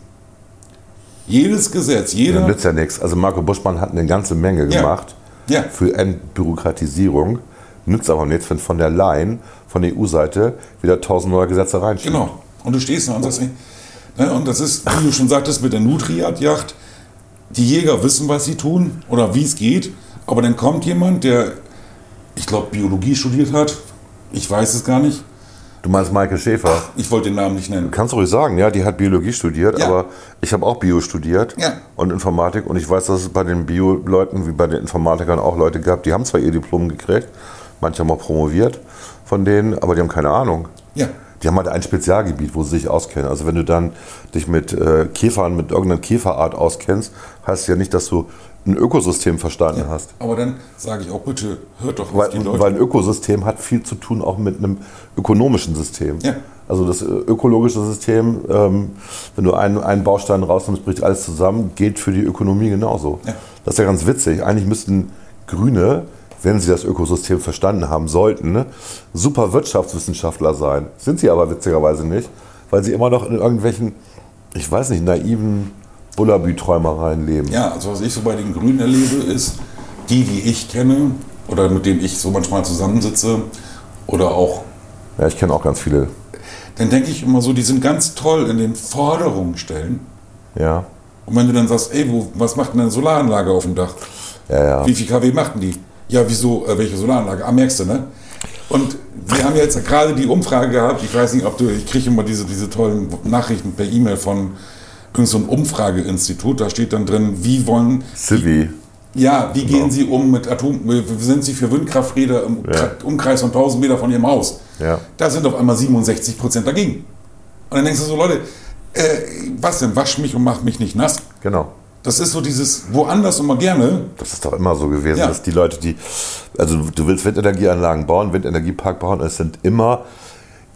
Jedes Gesetz, Das jeder... nützt ja nichts. Also Marco Buschmann hat eine ganze Menge Ja. gemacht Ja. für Entbürokratisierung. Nützt aber nichts, wenn von der Leyen, von der E U-Seite, wieder tausend neue Gesetze reinschieben. Genau. Und du stehst da und sagst, ey, ne, und das ist, wie du schon sagtest, mit der Nutriat-Yacht, die Jäger wissen, was sie tun oder wie es geht, aber dann kommt jemand, der, ich glaube, Biologie studiert hat, ich weiß es gar nicht, Du meinst Maike Schäfer? ich wollte den Namen nicht nennen. Kannst du ruhig sagen, ja, die hat Biologie studiert, Ja. aber ich habe auch Bio studiert Ja. und Informatik und ich weiß, dass es bei den Bio-Leuten wie bei den Informatikern auch Leute gab, die haben zwar ihr Diplom gekriegt, manche haben auch promoviert von denen, aber die haben keine Ahnung. Ja, Die haben halt ein Spezialgebiet, wo sie sich auskennen. Also wenn du dann dich mit äh, Käfern, mit irgendeiner Käferart auskennst, heißt ja nicht, dass du ein Ökosystem verstanden hast. aber dann sage ich auch, bitte hört doch auf Weil, die Leute. weil ein Ökosystem hat viel zu tun auch mit einem ökonomischen System. Ja. Also das äh, ökologische System, ähm, wenn du einen, einen Baustein rausnimmst, bricht alles zusammen, geht für die Ökonomie genauso. Ja. Das ist ja ganz witzig. Eigentlich müssten Grüne, wenn sie das Ökosystem verstanden haben sollten, ne, super Wirtschaftswissenschaftler sein. Sind sie aber witzigerweise nicht, weil sie immer noch in irgendwelchen, ich weiß nicht, naiven Bullabü-Träumereien leben. Ja, also was ich so bei den Grünen erlebe, ist, die, die ich kenne oder mit denen ich so manchmal zusammensitze oder auch, Ja, ich kenne auch ganz viele. dann denke ich immer so, die sind ganz toll in den Forderungen stellen. Ja, Und wenn du dann sagst, ey, wo, was macht denn eine Solaranlage auf dem Dach? ja, ja. Wie viel K W machten die? Ja, wieso, äh, welche Solaranlage? Ah, merkst du, ne? Und wir haben ja jetzt gerade die Umfrage gehabt, ich weiß nicht, ob du, ich kriege immer diese, diese tollen Nachrichten per E-Mail von irgendeinem so einem Umfrageinstitut, da steht dann drin, wie wollen, Civi. ja, wie Genau. gehen sie um mit Atom, sind sie für Windkrafträder im Ja. Umkreis von tausend Meter von ihrem Haus? Ja. Da sind auf einmal siebenundsechzig Prozent dagegen. Und dann denkst du so, Leute, äh, was denn, wasch mich und mach mich nicht nass? Genau. Das ist so dieses woanders immer gerne. Das ist doch immer so gewesen, Ja. dass die Leute, die, also du willst Windenergieanlagen bauen, Windenergiepark bauen, es sind immer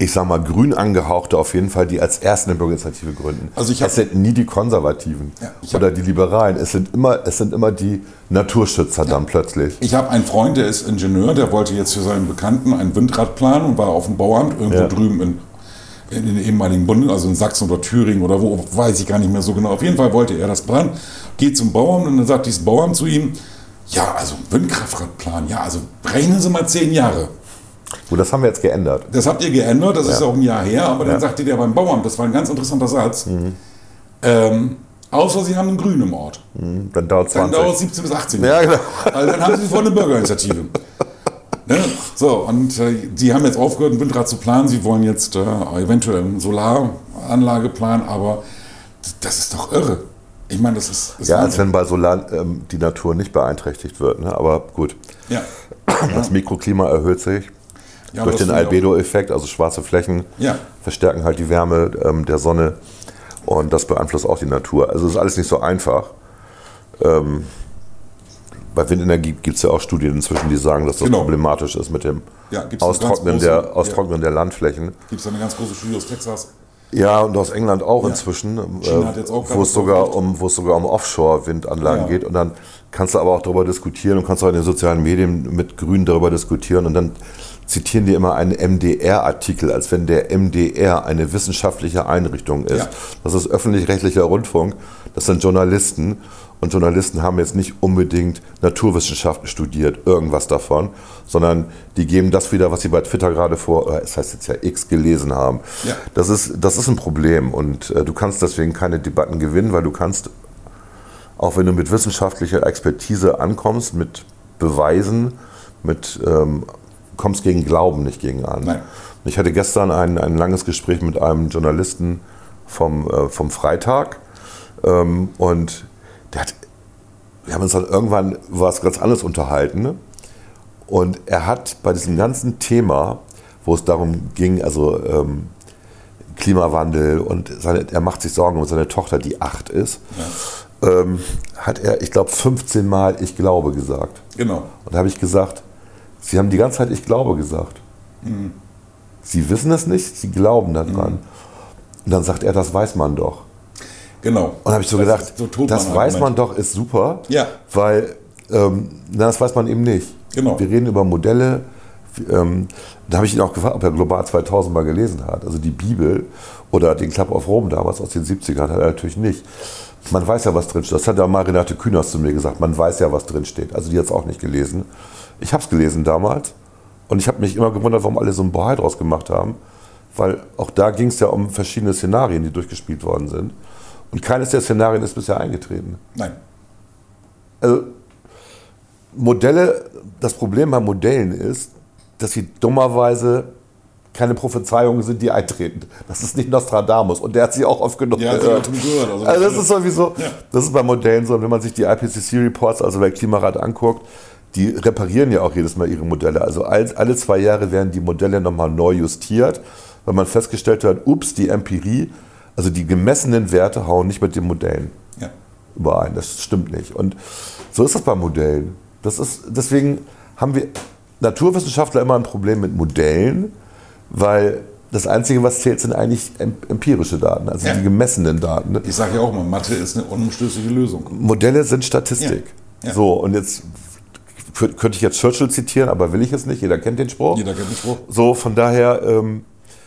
ich sag mal, grün angehauchte auf jeden Fall, die als erste eine Bürgerinitiative gründen. Also ich hab- es sind nie die Konservativen Ja, ich hab- oder die Liberalen. Es sind immer, es sind immer die Naturschützer dann plötzlich. Ich habe einen Freund, der ist Ingenieur, der wollte jetzt für seinen Bekannten ein Windrad planen und war auf dem Bauamt irgendwo Ja. drüben in, in den ehemaligen Bund, also in Sachsen oder Thüringen oder wo, weiß ich gar nicht mehr so genau. Auf jeden Fall wollte er das planen, geht zum Bauamt und dann sagt dieses Bauamt zu ihm, ja, also Windkraftradplan, ja, also rechnen Sie mal zehn Jahre. Gut, das haben wir jetzt geändert. Das habt ihr geändert, das ist ja auch ein Jahr her, aber dann Ja. sagte der beim Bauamt, das war ein ganz interessanter Satz, ähm, außer Sie haben einen Grün im Ort. Dann dauert es Dann zwanzig. dauert es siebzehn bis achtzehn Ja, Jahre. genau. Also dann haben sie vor eine Bürgerinitiative. Ne? So, und äh, die haben jetzt aufgehört, ein Windrad zu planen. Sie wollen jetzt äh, eventuell eine Solaranlage planen, aber das ist doch irre. Ich meine, das ist. ist Ja, als Wahnsinn. wenn bei Solar ähm, die Natur nicht beeinträchtigt wird. Ne? Aber gut, Ja. das Mikroklima erhöht sich Ja, aber durch das den finde ich auch- Albedo-Effekt, also schwarze Flächen Ja. verstärken halt die Wärme ähm, der Sonne und das beeinflusst auch die Natur. Also es ist alles nicht so einfach. Ähm, bei Windenergie gibt es ja auch Studien inzwischen, die sagen, dass das Genau. problematisch ist mit dem Ja, gibt's eine Austrocknen, ganz der, große- Austrocknen der Landflächen. Gibt es eine ganz große Studie aus Texas? Ja, und aus England auch Ja. inzwischen, China äh, hat jetzt auch wo, es gerade sogar verfolgt. um, wo es sogar um Offshore-Windanlagen Ja. geht. Und dann kannst du aber auch darüber diskutieren und kannst auch in den sozialen Medien mit Grünen darüber diskutieren. Und dann zitieren die immer einen M D R-Artikel, als wenn der M D R eine wissenschaftliche Einrichtung ist. Ja. Das ist öffentlich-rechtlicher Rundfunk, das sind Journalisten. Und Journalisten haben jetzt nicht unbedingt Naturwissenschaften studiert, irgendwas davon, sondern die geben das wieder, was sie bei Twitter gerade vor, äh, es heißt jetzt ja X, gelesen haben. Ja. Das ist, das ist ein Problem und äh, du kannst deswegen keine Debatten gewinnen, weil du kannst, auch wenn du mit wissenschaftlicher Expertise ankommst, mit Beweisen, mit ähm, kommst gegen Glauben, nicht gegen an. Nein. Ich hatte gestern ein, ein langes Gespräch mit einem Journalisten vom, äh, vom Freitag ähm, und der hat, wir haben uns dann irgendwann was ganz anderes unterhalten. Ne? Und er hat bei diesem ganzen Thema, wo es darum ging, also ähm, Klimawandel und seine, er macht sich Sorgen um seine Tochter, die acht ist, ähm, hat er, ich glaube, fünfzehn Mal Ich glaube gesagt. Genau. Und da habe ich gesagt, Sie haben die ganze Zeit Ich glaube gesagt. Mhm. Sie wissen es nicht, Sie glauben daran. Und dann sagt er, das weiß man doch. Genau. Und da habe ich so Das gedacht, ist so tot das man weiß man Argument. doch, ist super, Ja. weil ähm, na, das weiß man eben nicht. Genau. Wir reden über Modelle. Ähm, da habe ich ihn auch gefragt, ob er Global zweitausend mal gelesen hat. Also die Bibel oder den Club of Rome damals aus den siebzigern hat er natürlich nicht. Man weiß ja, was drin steht. Das hat ja mal Renate Künast zu mir gesagt. Man weiß ja, was drin steht. Also die hat es auch nicht gelesen. Ich habe es gelesen damals und ich habe mich immer gewundert, warum alle so ein Bohai draus gemacht haben. Weil auch da ging es ja um verschiedene Szenarien, die durchgespielt worden sind. Und keines der Szenarien ist bisher eingetreten. Nein. Also Modelle, das Problem bei Modellen ist, dass sie dummerweise keine Prophezeiungen sind, die eintreten. Das ist nicht Nostradamus und der hat sie auch oft genug Ja, hat sie gehört. auch genug gehört, also Also, das das ist sowieso, Ja. das ist bei Modellen so, wenn man sich die I P C C-Reports, also bei Klimarat anguckt, die reparieren ja auch jedes Mal ihre Modelle. Also all- alle zwei Jahre werden die Modelle nochmal neu justiert, weil man festgestellt hat, ups, die Empirie, also die gemessenen Werte hauen nicht mit den Modellen Ja. überein. Das stimmt nicht. Und so ist das bei Modellen. Das ist, deswegen haben wir Naturwissenschaftler immer ein Problem mit Modellen, weil das Einzige, was zählt, sind eigentlich em- empirische Daten, also Ja. die gemessenen Daten. Ich sage ja auch immer, Mathe ist eine unumstößliche Lösung. Modelle sind Statistik. Ja. Ja. So, und jetzt kö- könnte ich jetzt Churchill zitieren, aber will ich es nicht. Jeder kennt den Spruch. Jeder kennt den Spruch. So, von daher, ähm,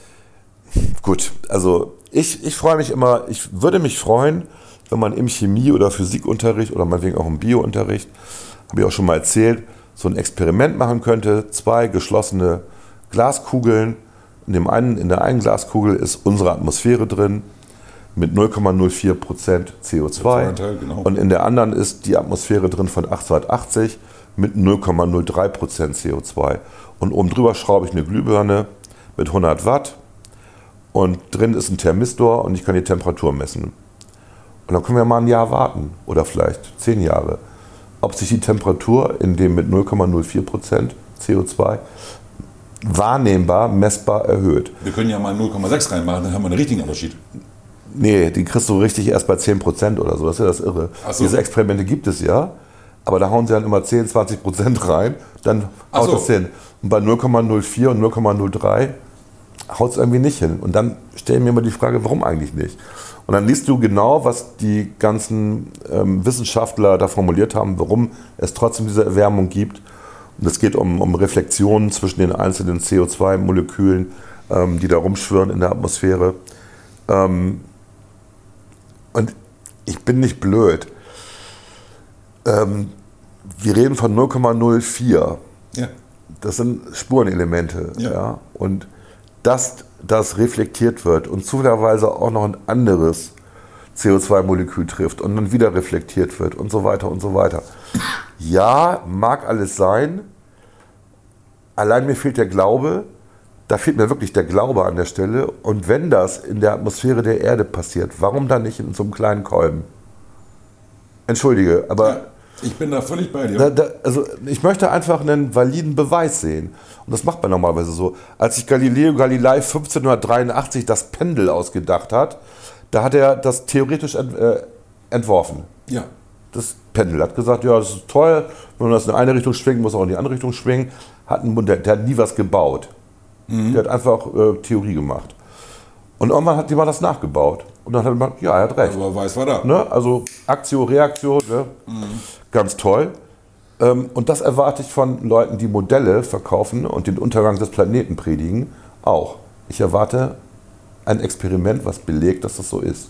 gut, also ich, ich freue mich immer, ich würde mich freuen, wenn man im Chemie- oder Physikunterricht oder meinetwegen auch im Biounterricht, habe ich auch schon mal erzählt, so ein Experiment machen könnte, zwei geschlossene Glaskugeln. In, dem einen, in der einen Glaskugel ist unsere Atmosphäre drin mit null Komma null vier Prozent C O zwei Anteil, genau. und in der anderen ist die Atmosphäre drin von achtzehnhundertachtzig mit null Komma null drei Prozent C O zwei. Und oben drüber schraube ich eine Glühbirne mit hundert Watt und drin ist ein Thermistor und ich kann die Temperatur messen. Und dann können wir mal ein Jahr warten oder vielleicht zehn Jahre, ob sich die Temperatur in dem mit null Komma null vier Prozent C O zwei wahrnehmbar, messbar erhöht. Wir können ja mal null Komma sechs reinmachen, dann haben wir einen richtigen Unterschied. Nee, die kriegst du richtig erst bei zehn Prozent oder so, das ist ja das Irre. Ach so. Diese Experimente gibt es ja, aber da hauen sie dann immer zehn, zwanzig Prozent rein, dann Ach haut so. das hin. Und bei null Komma null vier und null Komma null drei haut es irgendwie nicht hin. Und dann stelle ich mir immer die Frage, warum eigentlich nicht? Und dann liest du genau, was die ganzen ähm, Wissenschaftler da formuliert haben, warum es trotzdem diese Erwärmung gibt. Und es geht um, um Reflexionen zwischen den einzelnen C O zwei Molekülen, ähm, die da rumschwirren in der Atmosphäre. Ähm, und ich bin nicht blöd. Ähm, wir reden von null Komma null vier. Ja. Das sind Spurenelemente. Ja. Ja. Und dass das reflektiert wird und zufälligerweise auch noch ein anderes C O zwei Molekül trifft und dann wieder reflektiert wird und so weiter und so weiter. Ja, mag alles sein. Allein mir fehlt der Glaube. Da fehlt mir wirklich der Glaube an der Stelle. Und wenn das in der Atmosphäre der Erde passiert, warum dann nicht in so einem kleinen Kolben? Entschuldige, aber Ja, ich bin da völlig bei dir. da, da, also ich möchte einfach einen validen Beweis sehen. Und das macht man normalerweise so. Als sich Galileo Galilei fünfzehnhundertdreiundachtzig das Pendel ausgedacht hat, da hat er das theoretisch ent, äh, entworfen. Ja. Das Pendel hat gesagt, ja, das ist toll, wenn man das in eine Richtung schwingt, muss auch in die andere Richtung schwingen. Hat ein, der, der hat nie was gebaut. Der hat einfach äh, Theorie gemacht. Und irgendwann hat jemand das nachgebaut. Und dann hat man, ja, er hat recht. Aber weiß war da. Ne? Also Aktio, Reaktio, ne? Ganz toll. Ähm, und das erwarte ich von Leuten, die Modelle verkaufen und den Untergang des Planeten predigen, auch. Ich erwarte ein Experiment, was belegt, dass das so ist.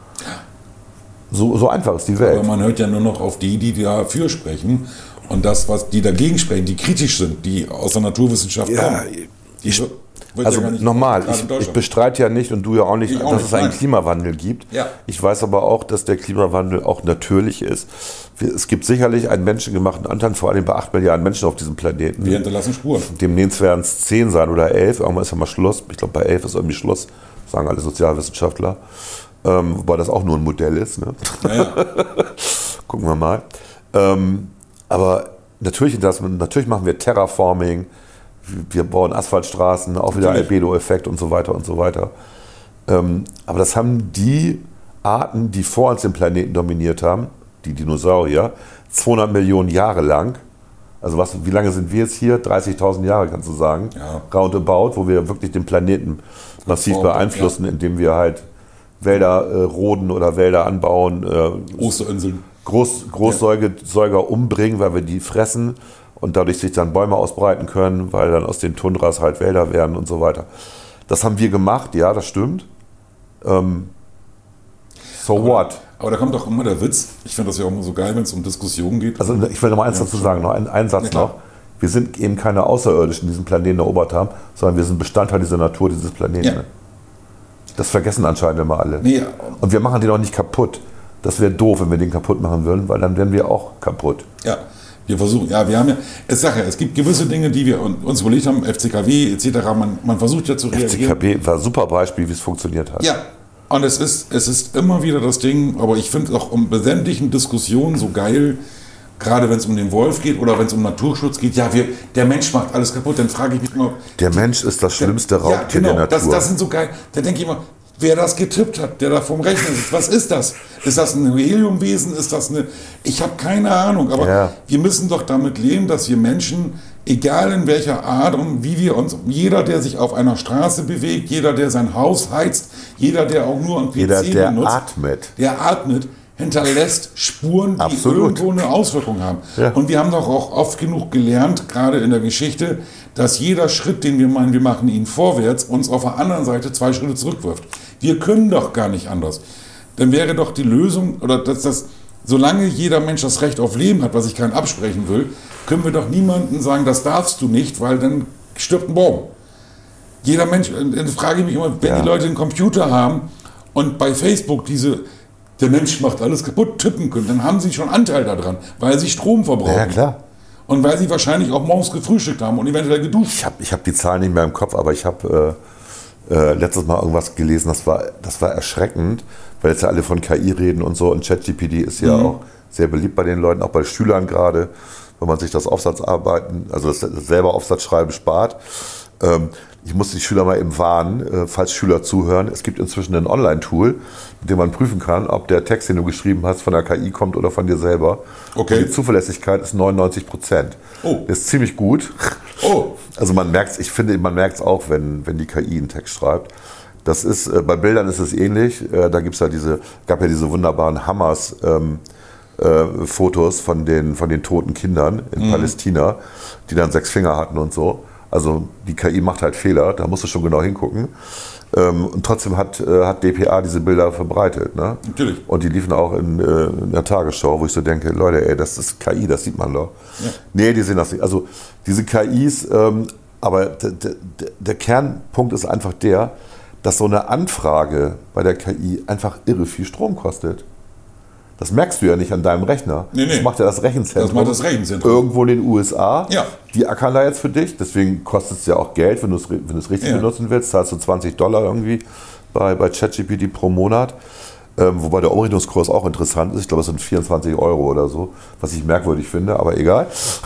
So, so einfach ist die Welt. Aber man hört ja nur noch auf die, die dafür sprechen. Und das, was die dagegen sprechen, die kritisch sind, die aus der Naturwissenschaft Ja, kommen. Die wird ja Also gar nicht- nochmal, gerade in ich, ich Deutschland. bestreite ja nicht und du ja auch nicht, Ich auch dass nicht, es einen nein. Klimawandel gibt. Ja. Ich weiß aber auch, dass der Klimawandel auch natürlich ist. Wir- Es gibt sicherlich einen menschengemachten Anteil, vor allem bei acht Milliarden Menschen auf diesem Planeten. Wir hinterlassen Spuren. Demnächst werden es zehn sein oder elf. Irgendwann ist ja mal Schluss. Ich glaube, bei elf ist irgendwie Schluss, sagen alle Sozialwissenschaftler. Ähm, wobei das auch nur ein Modell ist. Ne? Ja, ja. Gucken wir mal. Ähm, aber natürlich, das, natürlich machen wir Terraforming, wir bauen Asphaltstraßen, auch wieder Natürlich. Albedo-Effekt und so weiter und so weiter. Ähm, aber das haben die Arten, die vor uns den Planeten dominiert haben, die Dinosaurier, zweihundert Millionen Jahre lang. Also was, wie lange sind wir jetzt hier? dreißigtausend Jahre, kannst du sagen. Ja. Roundabout, wo wir wirklich den Planeten massiv Form, beeinflussen, indem wir halt Wälder äh, roden oder Wälder anbauen, äh, Osterinseln. Groß, Großsäuger umbringen, weil wir die fressen und dadurch sich dann Bäume ausbreiten können, weil dann aus den Tundras halt Wälder werden und so weiter. Das haben wir gemacht, ja, das stimmt. Ähm, so what? Aber da kommt auch immer der Witz. Ich finde das ja auch immer so geil, wenn es um Diskussionen geht. Also ich will noch mal eins Ja, dazu schon. sagen, noch einen, einen Satz Ja, klar. noch. Wir sind eben keine Außerirdischen, die diesen Planeten erobert haben, sondern wir sind Bestandteil dieser Natur, dieses Planeten. Ja. Das vergessen anscheinend immer alle. Nee, Und wir machen den auch nicht kaputt. Das wäre doof, wenn wir den kaputt machen würden, weil dann wären wir auch kaputt. ja, wir versuchen, ja, wir haben ja, ich sage ja, es gibt gewisse Dinge, die wir uns überlegt haben, F C K W et cetera. Man, man versucht ja zu F C reagieren. K B war ein super Beispiel, wie es funktioniert hat. Ja, und es ist, es ist immer wieder das Ding, aber ich finde auch um sämtlichen Diskussionen so geil, gerade wenn es um den Wolf geht oder wenn es um Naturschutz geht, ja, wir, der Mensch macht alles kaputt, dann frage ich mich immer, Der Mensch ist das schlimmste Raubtier ja, genau, der das, Natur. das sind so geil, da denke ich immer, wer das getippt hat, der da vorm Rechner sitzt, was ist das? Ist das ein Heliumwesen? Ist das eine, ich habe keine Ahnung, aber Ja. wir müssen doch damit leben, dass wir Menschen, egal in welcher Art und wie wir uns, jeder, der sich auf einer Straße bewegt, jeder, der sein Haus heizt, jeder, der auch nur ein P C Jeder, der benutzt, atmet. der atmet, hinterlässt Spuren, die Absolut. irgendwo eine Auswirkung haben. Ja. Und wir haben doch auch oft genug gelernt, gerade in der Geschichte, dass jeder Schritt, den wir meinen, wir machen ihn vorwärts, uns auf der anderen Seite zwei Schritte zurückwirft. Wir können doch gar nicht anders. Dann wäre doch die Lösung, oder dass das, solange jeder Mensch das Recht auf Leben hat, was ich keinen absprechen will, können wir doch niemandem sagen, das darfst du nicht, weil dann stirbt ein Baum. Jeder Mensch, dann frage ich mich immer, wenn Ja. die Leute einen Computer haben und bei Facebook diese, der Mensch macht alles kaputt, tippen können, dann haben sie schon Anteil daran, weil sie Strom verbrauchen. Ja, klar. Und weil sie wahrscheinlich auch morgens gefrühstückt haben und eventuell geduscht. Ich habe ich hab die Zahlen nicht mehr im Kopf, aber ich habe äh, äh, letztes Mal irgendwas gelesen, das war, das war erschreckend, weil jetzt ja alle von K I reden und so und ChatGPT ist ja Mhm. auch sehr beliebt bei den Leuten, auch bei Schülern gerade, wenn man sich das Aufsatzarbeiten, also das selber Aufsatzschreiben spart. Ähm, ich muss die Schüler mal eben warnen, äh, falls Schüler zuhören, es gibt inzwischen ein Online-Tool, mit dem man prüfen kann, ob der Text, den du geschrieben hast, von der K I kommt oder von dir selber. Okay. Und die Zuverlässigkeit ist neunundneunzig Prozent. Oh. Das ist ziemlich gut. Oh. Also man merkt es, ich finde, man merkt es auch, wenn, wenn die K I einen Text schreibt. Das ist, äh, bei Bildern ist es ähnlich. Äh, da gibt's ja diese, gab ja diese wunderbaren Hamas ähm, äh, Fotos von den, von den toten Kindern in Mhm. Palästina, die dann sechs Finger hatten und so. Also die K I macht halt Fehler, da musst du schon genau hingucken. Ähm, und trotzdem hat, äh, hat D P A diese Bilder verbreitet. Ne? Natürlich. Und die liefen auch in, äh, in der Tagesschau, wo ich so denke, Leute, ey, das ist K I, das sieht man doch. Ja. Nee, die sehen das nicht. Also diese K Is, ähm, aber der, der, der Kernpunkt ist einfach der, dass so eine Anfrage bei der K I einfach irre viel Strom kostet. Das merkst du ja nicht an deinem Rechner. Nee, nee. Das macht ja das Rechenzentrum. Das macht das Rechenzentrum. Irgendwo in den U S A. Ja. Die ackern da jetzt für dich. Deswegen kostet es ja auch Geld, wenn du es wenn du es richtig Ja. benutzen willst. Zahlst du zwanzig Dollar irgendwie bei, bei ChatGPT pro Monat. Ähm, wobei der Umrechnungskurs auch interessant ist. Ich glaube, es sind vierundzwanzig Euro oder so. Was ich merkwürdig finde, aber egal.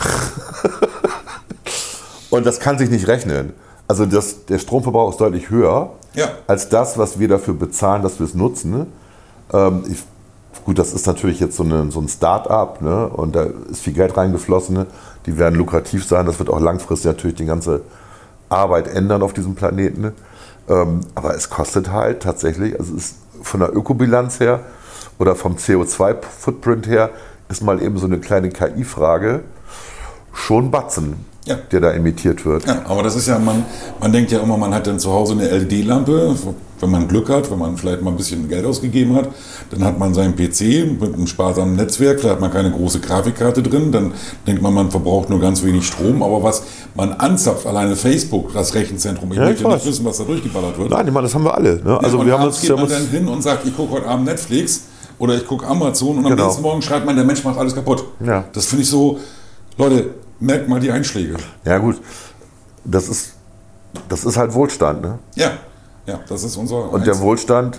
Und das kann sich nicht rechnen. Also das, der Stromverbrauch ist deutlich höher Ja. als das, was wir dafür bezahlen, dass wir es nutzen. Ähm, ich, gut, das ist natürlich jetzt so, eine, so ein Start-up, ne? Und da ist viel Geld reingeflossen. Ne? Die werden lukrativ sein. Das wird auch langfristig natürlich die ganze Arbeit ändern auf diesem Planeten. Ne? Ähm, aber es kostet halt tatsächlich, also es ist von der Ökobilanz her oder vom C O zwei Footprint her, ist mal eben so eine kleine K I-Frage schon Batzen, Ja. der da emittiert wird. Ja, aber das ist ja, man, man denkt ja immer, man hat dann zu Hause eine L E D-Lampe, wenn man Glück hat, wenn man vielleicht mal ein bisschen Geld ausgegeben hat, dann hat man seinen P C mit einem sparsamen Netzwerk, vielleicht hat man keine große Grafikkarte drin, dann denkt man, man verbraucht nur ganz wenig Strom, aber was man anzapft, alleine Facebook, das Rechenzentrum, ich Ja, ich möchte nicht weiß. wissen, was da durchgeballert wird. Nein, ich meine, das haben wir alle. Ne? Also und wir haben abends uns, geht wir haben man uns dann hin und sagt, ich gucke heute Abend Netflix oder ich gucke Amazon und am Genau. nächsten Morgen schreibt man, der Mensch macht alles kaputt. Ja. Das finde ich so, Leute, merkt mal die Einschläge. ja gut, das ist, das ist halt Wohlstand. Ne? Ja, ja, das ist unser... Und der Wohlstand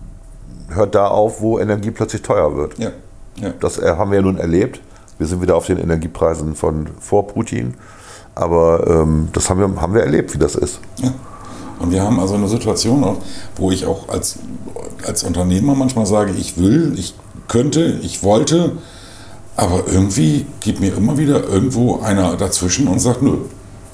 hört da auf, wo Energie plötzlich teuer wird. Ja, ja. Das äh, haben wir ja nun erlebt. Wir sind wieder auf den Energiepreisen von vor Putin. Aber ähm, das haben wir, haben wir erlebt, wie das ist. Ja. Und wir haben also eine Situation, auch, wo ich auch als, als Unternehmer manchmal sage, ich will, ich könnte, ich wollte, aber irgendwie gibt mir immer wieder irgendwo einer dazwischen und sagt, nö.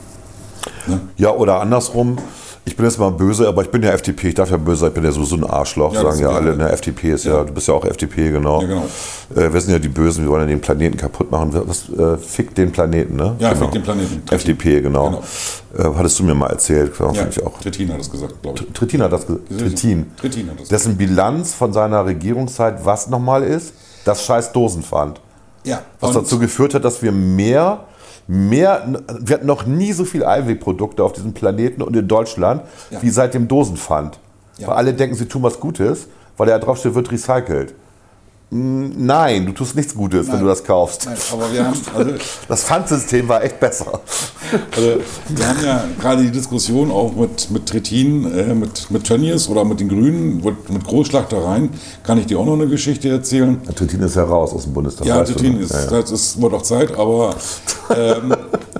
Ne? Ja, oder andersrum. Ich bin jetzt mal böse, aber ich bin ja F D P, ich darf ja böse sein, ich bin ja sowieso ein Arschloch, Ja, das sagen ja sind wir alle. alle. Ne? F D P ist ja. Ja. du bist ja auch F D P, genau. Ja, genau. Äh, wir sind ja die Bösen, wir wollen ja den Planeten kaputt machen. Was, äh, fick den Planeten, ne? Ja, genau. fick den Planeten. F D P, genau. Genau. Äh, hattest du mir mal erzählt, ja, Ja, finde ich auch. Trittin hat das gesagt, glaube ich. Trittin hat das gesagt. Trittin. Trittin hat das gesagt. Dessen Bilanz von seiner Regierungszeit was nochmal ist? Das scheiß Dosenpfand. Ja, Was und- dazu geführt hat, dass wir mehr, mehr, wir hatten noch nie so viel Einwegprodukte auf diesem Planeten und in Deutschland Ja. wie seit dem Dosenpfand. Ja. Weil alle denken, sie tun was Gutes, weil da draufsteht, wird recycelt. Mm, Nein, du tust nichts Gutes, wenn Nein. du das kaufst. Nein, aber wir haben, also, Das Pfandsystem war echt besser. also, wir haben ja gerade die Diskussion auch mit, mit Trittin, äh, mit, mit Tönnies oder mit den Grünen, mit, mit Großschlachtereien. Kann ich dir auch noch eine Geschichte erzählen? Trittin ist ja raus aus dem Bundestag. Ja, weißt du, Trittin ne? ist, Ja, ja. das ist, wird auch Zeit, aber ähm,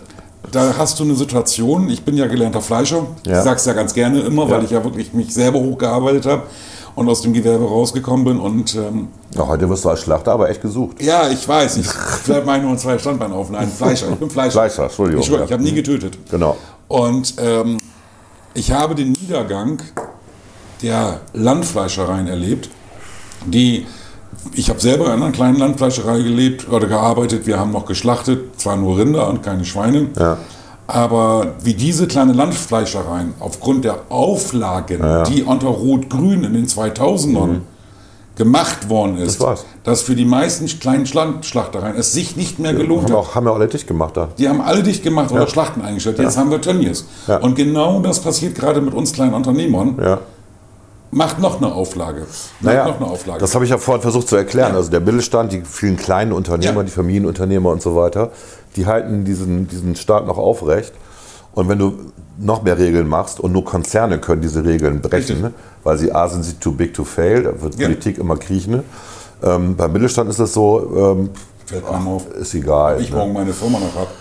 da hast du eine Situation, ich bin ja gelernter Fleischer, Ja. ich sag's ja ganz gerne immer, weil Ja. ich ja wirklich mich selber hochgearbeitet habe und aus dem Gewerbe rausgekommen bin und ähm, Ja, heute wirst du als Schlachter aber echt gesucht. ja, ich weiß, ich vielleicht mache ich nur zwei Standbeine auf. Nein, Fleischer, ich bin Fleischer. Fleischer, Entschuldigung. Ich, schwöre, ich Ja. habe nie getötet. Genau. Und ähm, ich habe den Niedergang der Landfleischereien erlebt, die, ich habe selber in einer kleinen Landfleischerei gelebt oder gearbeitet, wir haben noch geschlachtet, zwar nur Rinder und keine Schweine, Ja. aber wie diese kleinen Landfleischereien aufgrund der Auflagen, Ja, ja. die unter Rot-Grün in den zweitausendern gemacht worden ist, Das war's. dass für die meisten kleinen Schland- Schlachtereien es sich nicht mehr gelohnt Haben, hat. auch, haben ja alle dicht gemacht da. Die haben alle dicht gemacht oder Schlachten eingestellt. Jetzt haben wir Tönnies. Ja. Und genau das passiert gerade mit uns kleinen Unternehmern. Ja. Macht noch eine Auflage. Macht Naja, noch eine Auflage. das habe ich ja vorhin versucht zu erklären. Ja. Also der Mittelstand, die vielen kleinen Unternehmer, Ja. die Familienunternehmer und so weiter, die halten diesen, diesen Staat noch aufrecht. Und wenn du noch mehr Regeln machst und nur Konzerne können diese Regeln brechen, Richtig. ne? Weil sie A, sind sie too big to fail, da wird Ja. Politik immer kriechen. Ne? Ähm, beim Mittelstand ist es so, ähm, Fällt einem auf. ist egal. Ich ne? morgen meine Firma noch habe.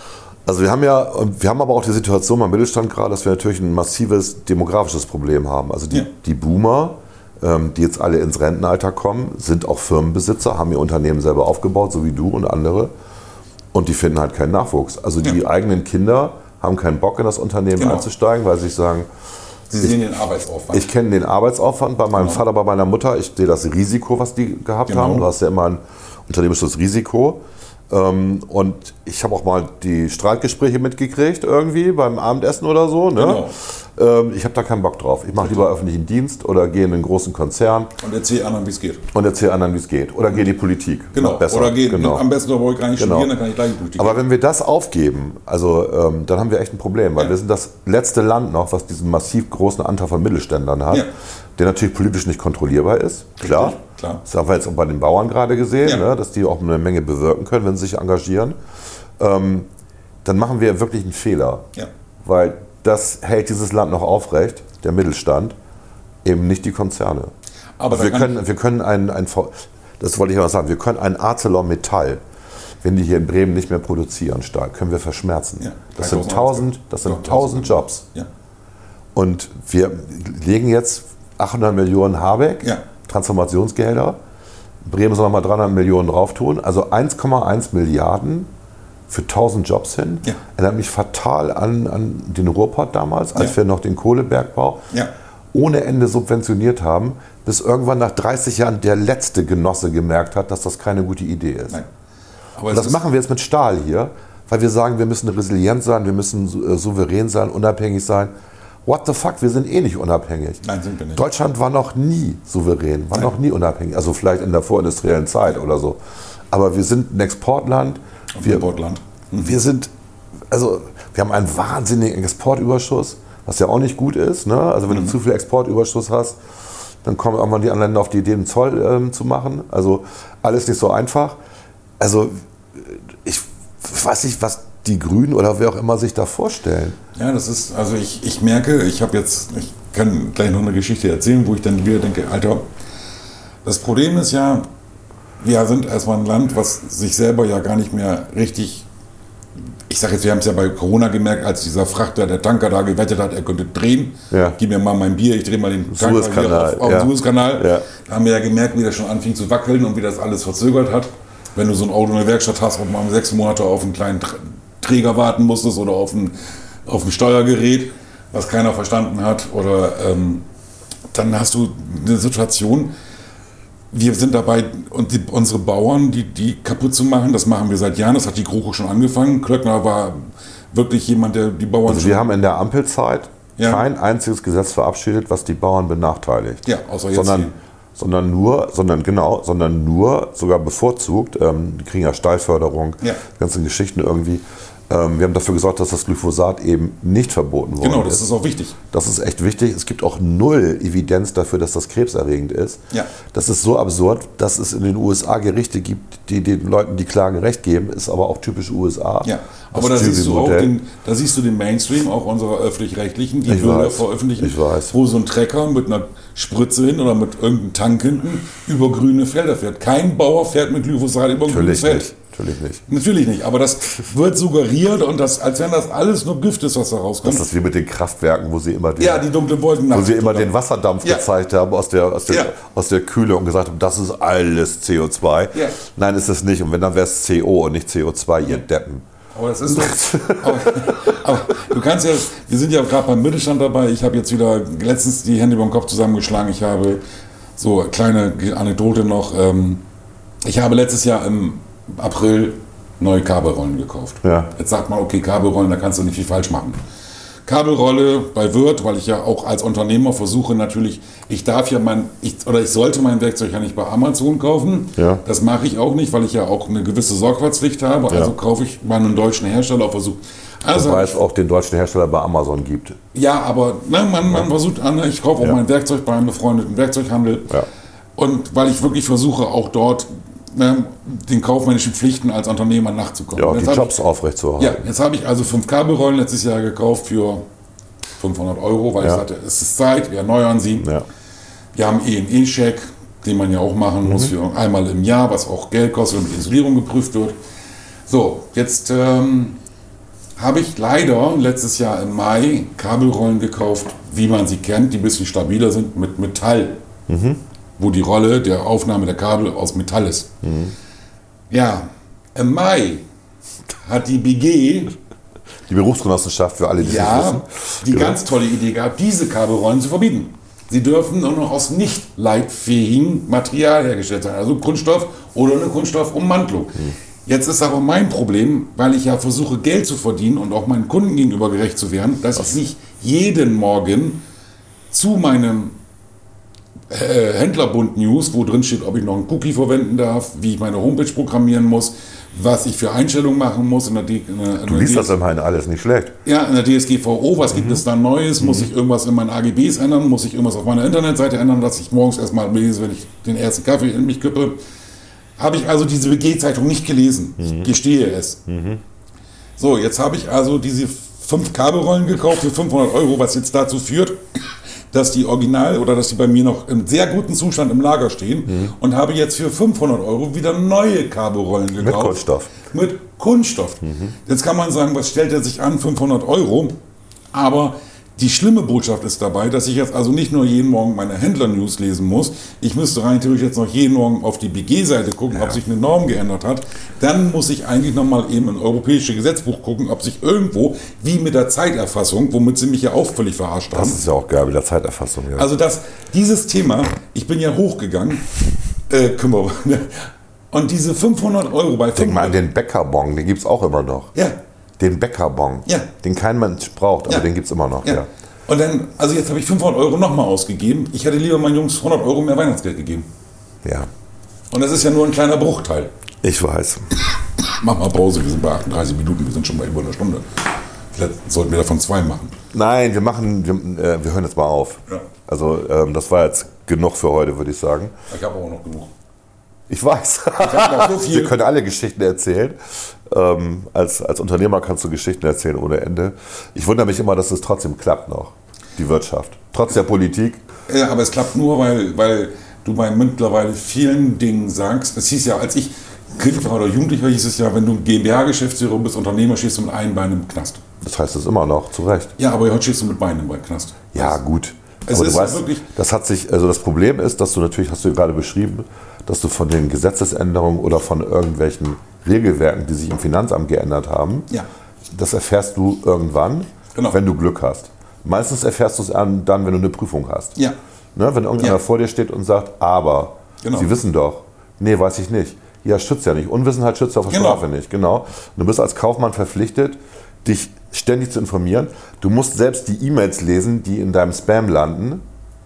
Also wir haben ja, wir haben aber auch die Situation beim Mittelstand gerade, dass wir natürlich ein massives demografisches Problem haben. Also die, Ja. die Boomer, ähm, die jetzt alle ins Rentenalter kommen, sind auch Firmenbesitzer, haben ihr Unternehmen selber aufgebaut, so wie du und andere. Und die finden halt keinen Nachwuchs. Also die Ja. eigenen Kinder haben keinen Bock, in das Unternehmen Genau. einzusteigen, weil sie sich sagen, Sie sehen den Arbeitsaufwand. ich kenne den Arbeitsaufwand bei meinem Genau. Vater, bei meiner Mutter. Ich sehe das Risiko, was die gehabt Genau. haben. Du hast ja immer ein unternehmerisches Risiko. Ähm, und ich habe auch mal die Streitgespräche mitgekriegt irgendwie beim Abendessen oder so. Ne? Genau. Ähm, ich habe da keinen Bock drauf. Ich mache lieber öffentlichen Dienst oder gehe in einen großen Konzern Und erzähl anderen, wie es geht. und erzähle anderen, wie es geht. Oder gehe in die Politik. Genau. Noch besser. Oder gehen. Genau. Am besten brauche ich gar nicht Genau. studieren, dann kann ich gleich in die Politik Aber gehen. wenn wir das aufgeben, also ähm, dann haben wir echt ein Problem, weil Ja. wir sind das letzte Land noch, was diesen massiv großen Anteil von Mittelständlern hat, Ja. der natürlich politisch nicht kontrollierbar ist. Klar. klar. Das haben wir jetzt auch bei den Bauern gerade gesehen, Ja. ne, dass die auch eine Menge bewirken können, wenn sie sich engagieren. Ähm, dann machen wir wirklich einen Fehler, Ja. weil das hält dieses Land noch aufrecht, der Mittelstand, eben nicht die Konzerne. Aber da wir kann können, wir können ein, ein, das wollte ich mal sagen, wir können ein ArcelorMittal, wenn die hier in Bremen nicht mehr produzieren, stark, können wir verschmerzen. Ja, das sind dreitausend tausend, das sind Ja, tausend Jobs. Ja. Und wir legen jetzt achthundert Millionen Habeck, Ja. Transformationsgelder. Bremen soll nochmal dreihundert Millionen drauf tun. Also eins Komma eins Milliarden für tausend Jobs hin. Ja. Erinnert mich fatal an, an den Ruhrpott damals, als Ja. wir noch den Kohlebergbau Ja. ohne Ende subventioniert haben, bis irgendwann nach dreißig Jahren der letzte Genosse gemerkt hat, dass das keine gute Idee ist. Nein. Aber Und es das ist- machen wir jetzt mit Stahl hier, weil wir sagen, wir müssen resilient sein, wir müssen äh, souverän sein, unabhängig sein. What the fuck, wir sind eh nicht unabhängig. Nein, sind wir nicht. Deutschland war noch nie souverän, war Nein. noch nie unabhängig. Also vielleicht in der vorindustriellen Zeit oder so. Aber wir sind ein Exportland. Wir, Importland. wir sind, also wir haben einen wahnsinnigen Exportüberschuss, was ja auch nicht gut ist. Ne? Also wenn du zu viel Exportüberschuss hast, dann kommen irgendwann die anderen Länder auf die Idee, einen Zoll ähm, zu machen. Also alles nicht so einfach. Also ich weiß nicht, was die Grünen oder wer auch immer sich da vorstellen. Ja, das ist, also ich, ich merke, ich habe jetzt, ich kann gleich noch eine Geschichte erzählen, wo ich dann wieder denke, Alter, das Problem ist ja, wir sind erstmal ein Land, was sich selber ja gar nicht mehr richtig, ich sage jetzt, wir haben es ja bei Corona gemerkt, als dieser Frachter, der Tanker da gewettet hat, er könnte drehen, Ja. gib mir mal mein Bier, ich drehe mal den Tanker Suezkanal, hier auf, auf ja. den Suezkanal. Ja. Da haben wir ja gemerkt, wie das schon anfing zu wackeln und wie das alles verzögert hat. Wenn du so ein Auto in der Werkstatt hast und mal sechs Monate auf einen kleinen Tr- Träger warten musstest oder auf ein, auf ein Steuergerät, was keiner verstanden hat, oder ähm, dann hast du eine Situation, wir sind dabei, und die, unsere Bauern, die, die kaputt zu machen, das machen wir seit Jahren, das hat die GroKo schon angefangen. Klöckner war wirklich jemand, der die Bauern Also schon... wir haben in der Ampelzeit Ja. kein einziges Gesetz verabschiedet, was die Bauern benachteiligt. Ja, außer jetzt sondern, hier. sondern nur, sondern genau, sondern nur sogar bevorzugt. Ähm, die kriegen ja Stallförderung, Ja. die ganzen Geschichten irgendwie. Ähm, wir haben dafür gesorgt, dass das Glyphosat eben nicht verboten worden Genau, das ist. ist auch wichtig. Das ist echt wichtig. Es gibt auch null Evidenz dafür, dass das krebserregend ist. Ja. Das ist so absurd, dass es in den U S A Gerichte gibt, die den Leuten, die klagen, Recht geben. Ist aber auch typisch U S A. Ja, Das aber da siehst, du auch Jury-Modell. den, da siehst du den Mainstream, auch unserer Öffentlich-Rechtlichen, die Ich Bilder weiß, veröffentlichen, ich weiß. wo so ein Trecker mit einer Spritze hin oder mit irgendeinem Tank hinten über grüne Felder fährt. Kein Bauer fährt mit Glyphosat über ein grünes Natürlich Feld. nicht. Natürlich nicht. Natürlich nicht, aber das wird suggeriert und das, als wenn das alles nur Gift ist, was da rauskommt. Das ist wie mit den Kraftwerken, wo sie immer den, ja, die dunklen Wolken wo sie immer den Wasserdampf Ja. gezeigt haben aus der, aus, der, Ja. aus der Kühle und gesagt haben, das ist alles C O zwei. Ja. Nein, ist es nicht. Und wenn, dann wäre es C O und nicht C O zwei, ihr Deppen. Aber das ist so. aber, aber du kannst ja, wir sind ja gerade beim Mittelstand dabei. Ich habe jetzt wieder letztens die Hände über den Kopf zusammengeschlagen. Ich habe so eine kleine Anekdote noch. Ähm, ich habe letztes Jahr im April neue Kabelrollen gekauft. Ja. Jetzt sagt man, okay, Kabelrollen, da kannst du nicht viel falsch machen. Kabelrolle bei Wirth, weil ich ja auch als Unternehmer versuche natürlich, ich darf ja mein, ich, oder ich sollte mein Werkzeug ja nicht bei Amazon kaufen. Ja. Das mache ich auch nicht, weil ich ja auch eine gewisse Sorgfaltspflicht habe. Also Ja. kaufe ich bei einem deutschen Hersteller auf Versuch. Also, Wobei es auch den deutschen Hersteller bei Amazon gibt. ja, aber ne, man, man versucht an, ich kaufe auch Ja. mein Werkzeug bei einem befreundeten Werkzeughandel. Ja. Und weil ich wirklich versuche, auch dort ne, den kaufmännischen Pflichten als Unternehmer nachzukommen. Ja, auch Jetzt die hab Jobs aufrechtzuerhalten. Ja, jetzt habe ich also fünf Kabelrollen letztes Jahr gekauft für fünfhundert Euro, weil Ja. ich sagte, es ist Zeit, wir erneuern sie. Ja. Wir haben E N E-Check, den man ja auch machen muss für einmal im Jahr, was auch Geld kostet und mit Isolierung geprüft wird. So, jetzt ähm, habe ich leider letztes Jahr im Mai Kabelrollen gekauft, wie man sie kennt, die ein bisschen stabiler sind, mit Metall. Mhm. Wo die Rolle der Aufnahme der Kabel aus Metall ist. Mhm. Ja, im Mai hat die B G, Die Berufsgenossenschaft für alle, die es nicht ja, wissen. die Genau. ganz tolle Idee gehabt, diese Kabelrollen zu verbieten. Sie dürfen nur noch aus nicht leitfähigem Material hergestellt sein, also Kunststoff oder eine Kunststoffummantelung. Mhm. Jetzt ist aber mein Problem, weil ich ja versuche, Geld zu verdienen und auch meinen Kunden gegenüber gerecht zu werden, dass ich nicht jeden Morgen zu meinem äh, Händlerbund News, wo drin steht, ob ich noch einen Cookie verwenden darf, wie ich meine Homepage programmieren muss, was ich für Einstellungen machen muss in der, D in der, in Du der liest D das immerhin alles, nicht schlecht. ja, in der D S G V O, was gibt es da Neues? Muss ich irgendwas in meinen A G Bs ändern? Muss ich irgendwas auf meiner Internetseite ändern, dass ich morgens erstmal lese, wenn ich den ersten Kaffee in mich kippe? Habe ich also diese B G-Zeitung nicht gelesen. Ich gestehe es. So, jetzt habe ich also diese fünf Kabelrollen gekauft für fünfhundert Euro, was jetzt dazu führt, dass die original oder dass die bei mir noch im sehr guten Zustand im Lager stehen und habe jetzt für fünfhundert Euro wieder neue Kabelrollen gekauft. Mit Kunststoff. Mit Kunststoff. Jetzt kann man sagen, was stellt er sich an? fünfhundert Euro. Aber die schlimme Botschaft ist dabei, dass ich jetzt also nicht nur jeden Morgen meine Händler-News lesen muss, ich müsste rein theoretisch jetzt noch jeden Morgen auf die B G-Seite gucken, ob sich eine Norm geändert hat. Dann muss ich eigentlich nochmal eben in europäische Gesetzbuch gucken, ob sich irgendwo, wie mit der Zeiterfassung, womit sie mich ja auch völlig verarscht haben. Das ist ja auch geil mit der Zeiterfassung. Ja. Also das, dieses Thema, ich bin ja hochgegangen, äh, kümmere, und diese fünfhundert Euro bei Denk mal an fünfhundert, den Bäckerbon, den gibt es auch immer noch. ja, Den Bäckerbon, Ja. den kein Mensch braucht, aber Ja. den gibt es immer noch. ja. Ja. Und dann, also jetzt habe ich fünfhundert Euro nochmal ausgegeben. Ich hätte lieber meinen Jungs hundert Euro mehr Weihnachtsgeld gegeben. Ja. Und das ist ja nur ein kleiner Bruchteil. Ich weiß. Mach mal Pause, wir sind bei achtunddreißig Minuten, wir sind schon bei über einer Stunde. Vielleicht sollten wir davon zwei machen. Nein, wir machen, wir, äh, wir hören jetzt mal auf. Ja. Also ähm, das war jetzt genug für heute, würde ich sagen. Ich habe aber noch genug. Ich weiß. hab noch so viel. Wir können alle Geschichten erzählen. Ähm, als, als Unternehmer kannst du Geschichten erzählen ohne Ende. Ich wundere mich immer, dass es trotzdem klappt noch, die Wirtschaft. Trotz der Politik. Ja, aber es klappt nur, weil, weil du bei mittlerweile vielen Dingen sagst. Es hieß ja, als ich Kind war oder Jugendlicher, hieß es ja, wenn du GmbH-Geschäftsführer bist, Unternehmer, stehst du mit einem Bein im Knast. Das heißt es immer noch, zu Recht. Ja, aber heute stehst du mit Beinen im Knast. Ja, gut. Es Aber ist du weißt, wirklich- das hat sich, also das Problem ist, dass du natürlich, hast du gerade beschrieben, dass du von den Gesetzesänderungen oder von irgendwelchen Regelwerken, die sich im Finanzamt geändert haben, Ja. das erfährst du irgendwann, Genau. wenn du Glück hast. Meistens erfährst du es an- dann, wenn du eine Prüfung hast. Ja. Ne, wenn irgendeiner Ja. vor dir steht und sagt, aber, Genau. Sie wissen doch, nee, weiß ich nicht. Ja, schützt ja nicht. Unwissenheit schützt auf Genau. Strafe nicht. Genau. Und du bist als Kaufmann verpflichtet, dich ständig zu informieren. Du musst selbst die E-Mails lesen, die in deinem Spam landen.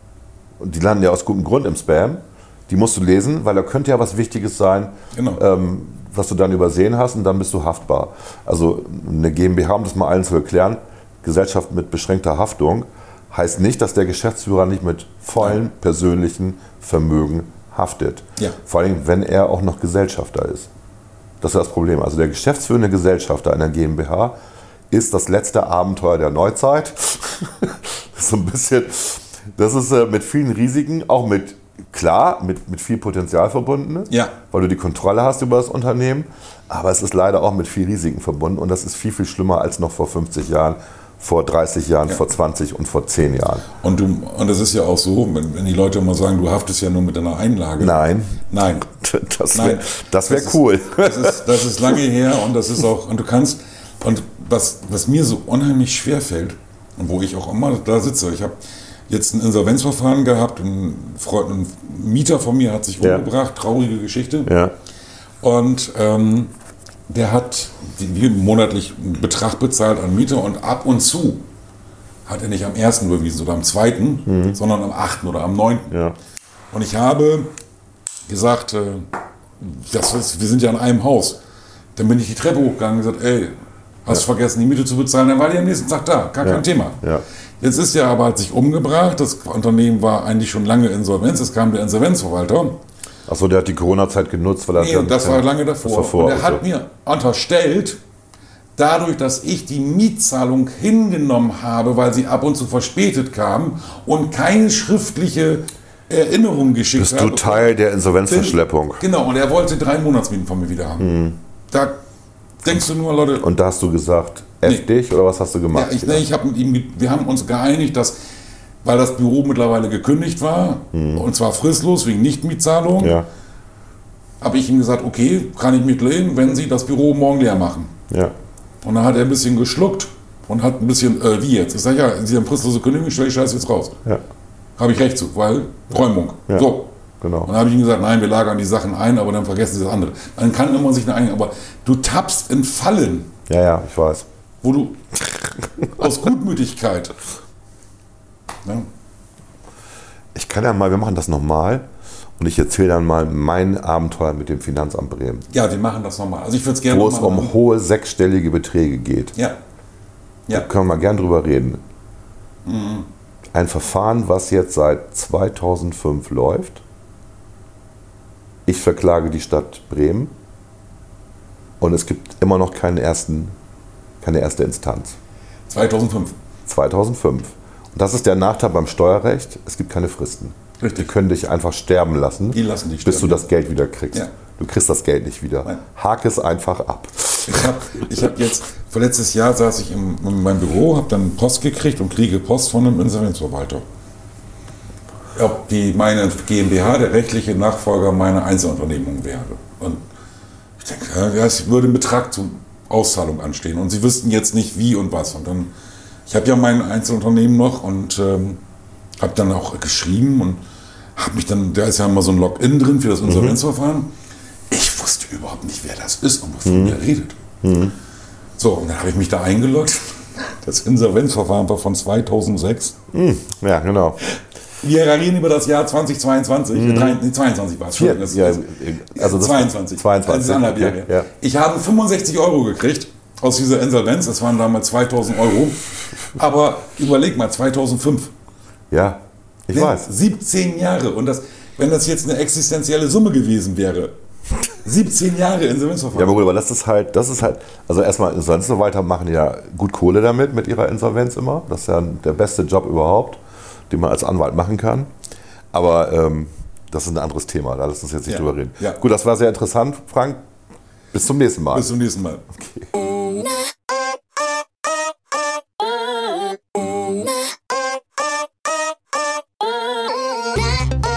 Und die landen ja aus gutem Grund im Spam. Die musst du lesen, weil da könnte ja was Wichtiges sein, Genau. ähm, was du dann übersehen hast, und dann bist du haftbar. Also eine GmbH, um das mal allen zu erklären, Gesellschaft mit beschränkter Haftung, heißt nicht, dass der Geschäftsführer nicht mit vollem persönlichen Vermögen haftet. Ja. Vor allem, wenn er auch noch Gesellschafter ist. Das ist das Problem. Also der geschäftsführende Gesellschafter einer GmbH ist das letzte Abenteuer der Neuzeit. So ein bisschen, das ist äh, mit vielen Risiken, auch mit, klar, mit, mit viel Potenzial verbunden, Ja. weil du die Kontrolle hast über das Unternehmen, aber es ist leider auch mit viel Risiken verbunden, und das ist viel, viel schlimmer als noch vor fünfzig Jahren, vor dreißig Jahren, Ja. vor zwanzig und vor zehn Jahren. Und, du, und das ist ja auch so, wenn, wenn die Leute immer sagen, du haftest ja nur mit deiner Einlage. Nein, Nein. das Nein. wäre das wär ist- cool. Das ist, das ist lange her, und das ist auch, und du kannst, und was, was mir so unheimlich schwer fällt, und wo ich auch immer da sitze, ich habe jetzt ein Insolvenzverfahren gehabt, ein, Freund, ein Mieter von mir hat sich Ja. umgebracht, traurige Geschichte. Ja. Und ähm, der hat die, monatlich einen Betrag bezahlt an Miete, und ab und zu hat er nicht am ersten überwiesen oder am zweiten, sondern am achten oder am neunten. Ja. Und ich habe gesagt, äh, das ist, wir sind ja in einem Haus. Dann bin ich die Treppe hochgegangen und gesagt, ey, hast du vergessen, die Miete zu bezahlen? Dann war die am nächsten Tag da, gar Ja. kein Thema. Ja. Jetzt ist er aber, hat sich umgebracht, das Unternehmen war eigentlich schon lange insolvenz, es kam der Insolvenzverwalter. Achso, der hat die Corona-Zeit genutzt, weil er... Nee, und das war lange davor. Das war vor, und er also. hat mir unterstellt, dadurch, dass ich die Mietzahlung hingenommen habe, weil sie ab und zu verspätet kam und keine schriftliche Erinnerung geschickt Bist habe. du Teil der Insolvenzverschleppung? Genau, und er wollte drei Monatsmieten von mir wieder haben. Da denkst du nur, Leute, Und da hast du gesagt, F dich oder was hast du gemacht? Ja, ich, nee, ich hab mit ihm, ge- wir haben uns geeinigt, dass, weil das Büro mittlerweile gekündigt war, und zwar fristlos wegen Nichtmietzahlung, ja, habe ich ihm gesagt, okay, kann ich mitleben, wenn Sie das Büro morgen leer machen. ja, Und dann hat er ein bisschen geschluckt und hat ein bisschen, äh, wie jetzt? Ich sage, ja, Sie haben fristlose Kündigung, stelle ich Scheiß jetzt raus. ja, Habe ich recht zu, weil Räumung. Ja. So. genau. Und dann habe ich ihm gesagt, nein, wir lagern die Sachen ein, aber dann vergessen Sie das andere. Man kann immer sich eine einigen, aber du tappst in Fallen, Ja, ja, ich weiß. wo du aus Gutmütigkeit. Ne? Ich kann ja mal, wir machen das nochmal und ich erzähle dann mal mein Abenteuer mit dem Finanzamt Bremen, Ja, wir machen das nochmal. Also ich würde es gerne wo es noch mal um hohe sechsstellige Beträge geht. Ja. Ja. Da können wir mal gern drüber reden. Ein Verfahren, was jetzt seit zweitausendfünf läuft. Ich verklage die Stadt Bremen und es gibt immer noch keinen ersten, keine erste Instanz. zweitausendfünf. zweitausendfünf. Und das ist der Nachteil beim Steuerrecht, es gibt keine Fristen. Richtig. Die können dich einfach sterben lassen, Die lassen dich bis sterben, du ja. das Geld wieder kriegst. Ja. Du kriegst das Geld nicht wieder. Nein. Hake es einfach ab. Ich habe ich hab jetzt, vorletztes Jahr saß ich im, in meinem Büro, habe dann Post gekriegt und kriege Post von einem Insolvenzverwalter. Ob die meine GmbH der rechtliche Nachfolger meiner Einzelunternehmung wäre. Und ich denke, ja, es würde ein Betrag zur Auszahlung anstehen. Und sie wüssten jetzt nicht wie und was. Und dann, ich habe ja mein Einzelunternehmen noch und ähm, habe dann auch geschrieben und habe mich dann, da ist ja immer so ein Login drin für das Insolvenzverfahren. Ich wusste überhaupt nicht, wer das ist und wovon er redet. So, und dann habe ich mich da eingeloggt. Das Insolvenzverfahren war von zweitausendsechs. Ja, genau. Wir reden über das Jahr zweitausendzweiundzwanzig. Drei- nee, zweiundzwanzig war es schon. Vier- Das, ja, das, also das- zweiundzwanzig. zweiundzwanzig, Das ist anderthalb okay, Jahre. ja. Ich habe fünfundsechzig Euro gekriegt aus dieser Insolvenz. Das waren damals zweitausend Euro. Aber überleg mal, zweitausendfünf. Ja, ich Ne? weiß. siebzehn Jahre. Und das, wenn das jetzt eine existenzielle Summe gewesen wäre. siebzehn Jahre Ja, Insolvenzverfahren. aber gut, aber das ist halt, das ist halt, also erstmal Insolvenzverwalter machen ja gut Kohle damit, mit ihrer Insolvenz immer. Das ist ja der beste Job überhaupt, den man als Anwalt machen kann. Aber ähm, das ist ein anderes Thema, da lass uns jetzt nicht Ja. drüber reden. Ja. Gut, das war sehr interessant, Frank. Bis zum nächsten Mal. Bis zum nächsten Mal. Na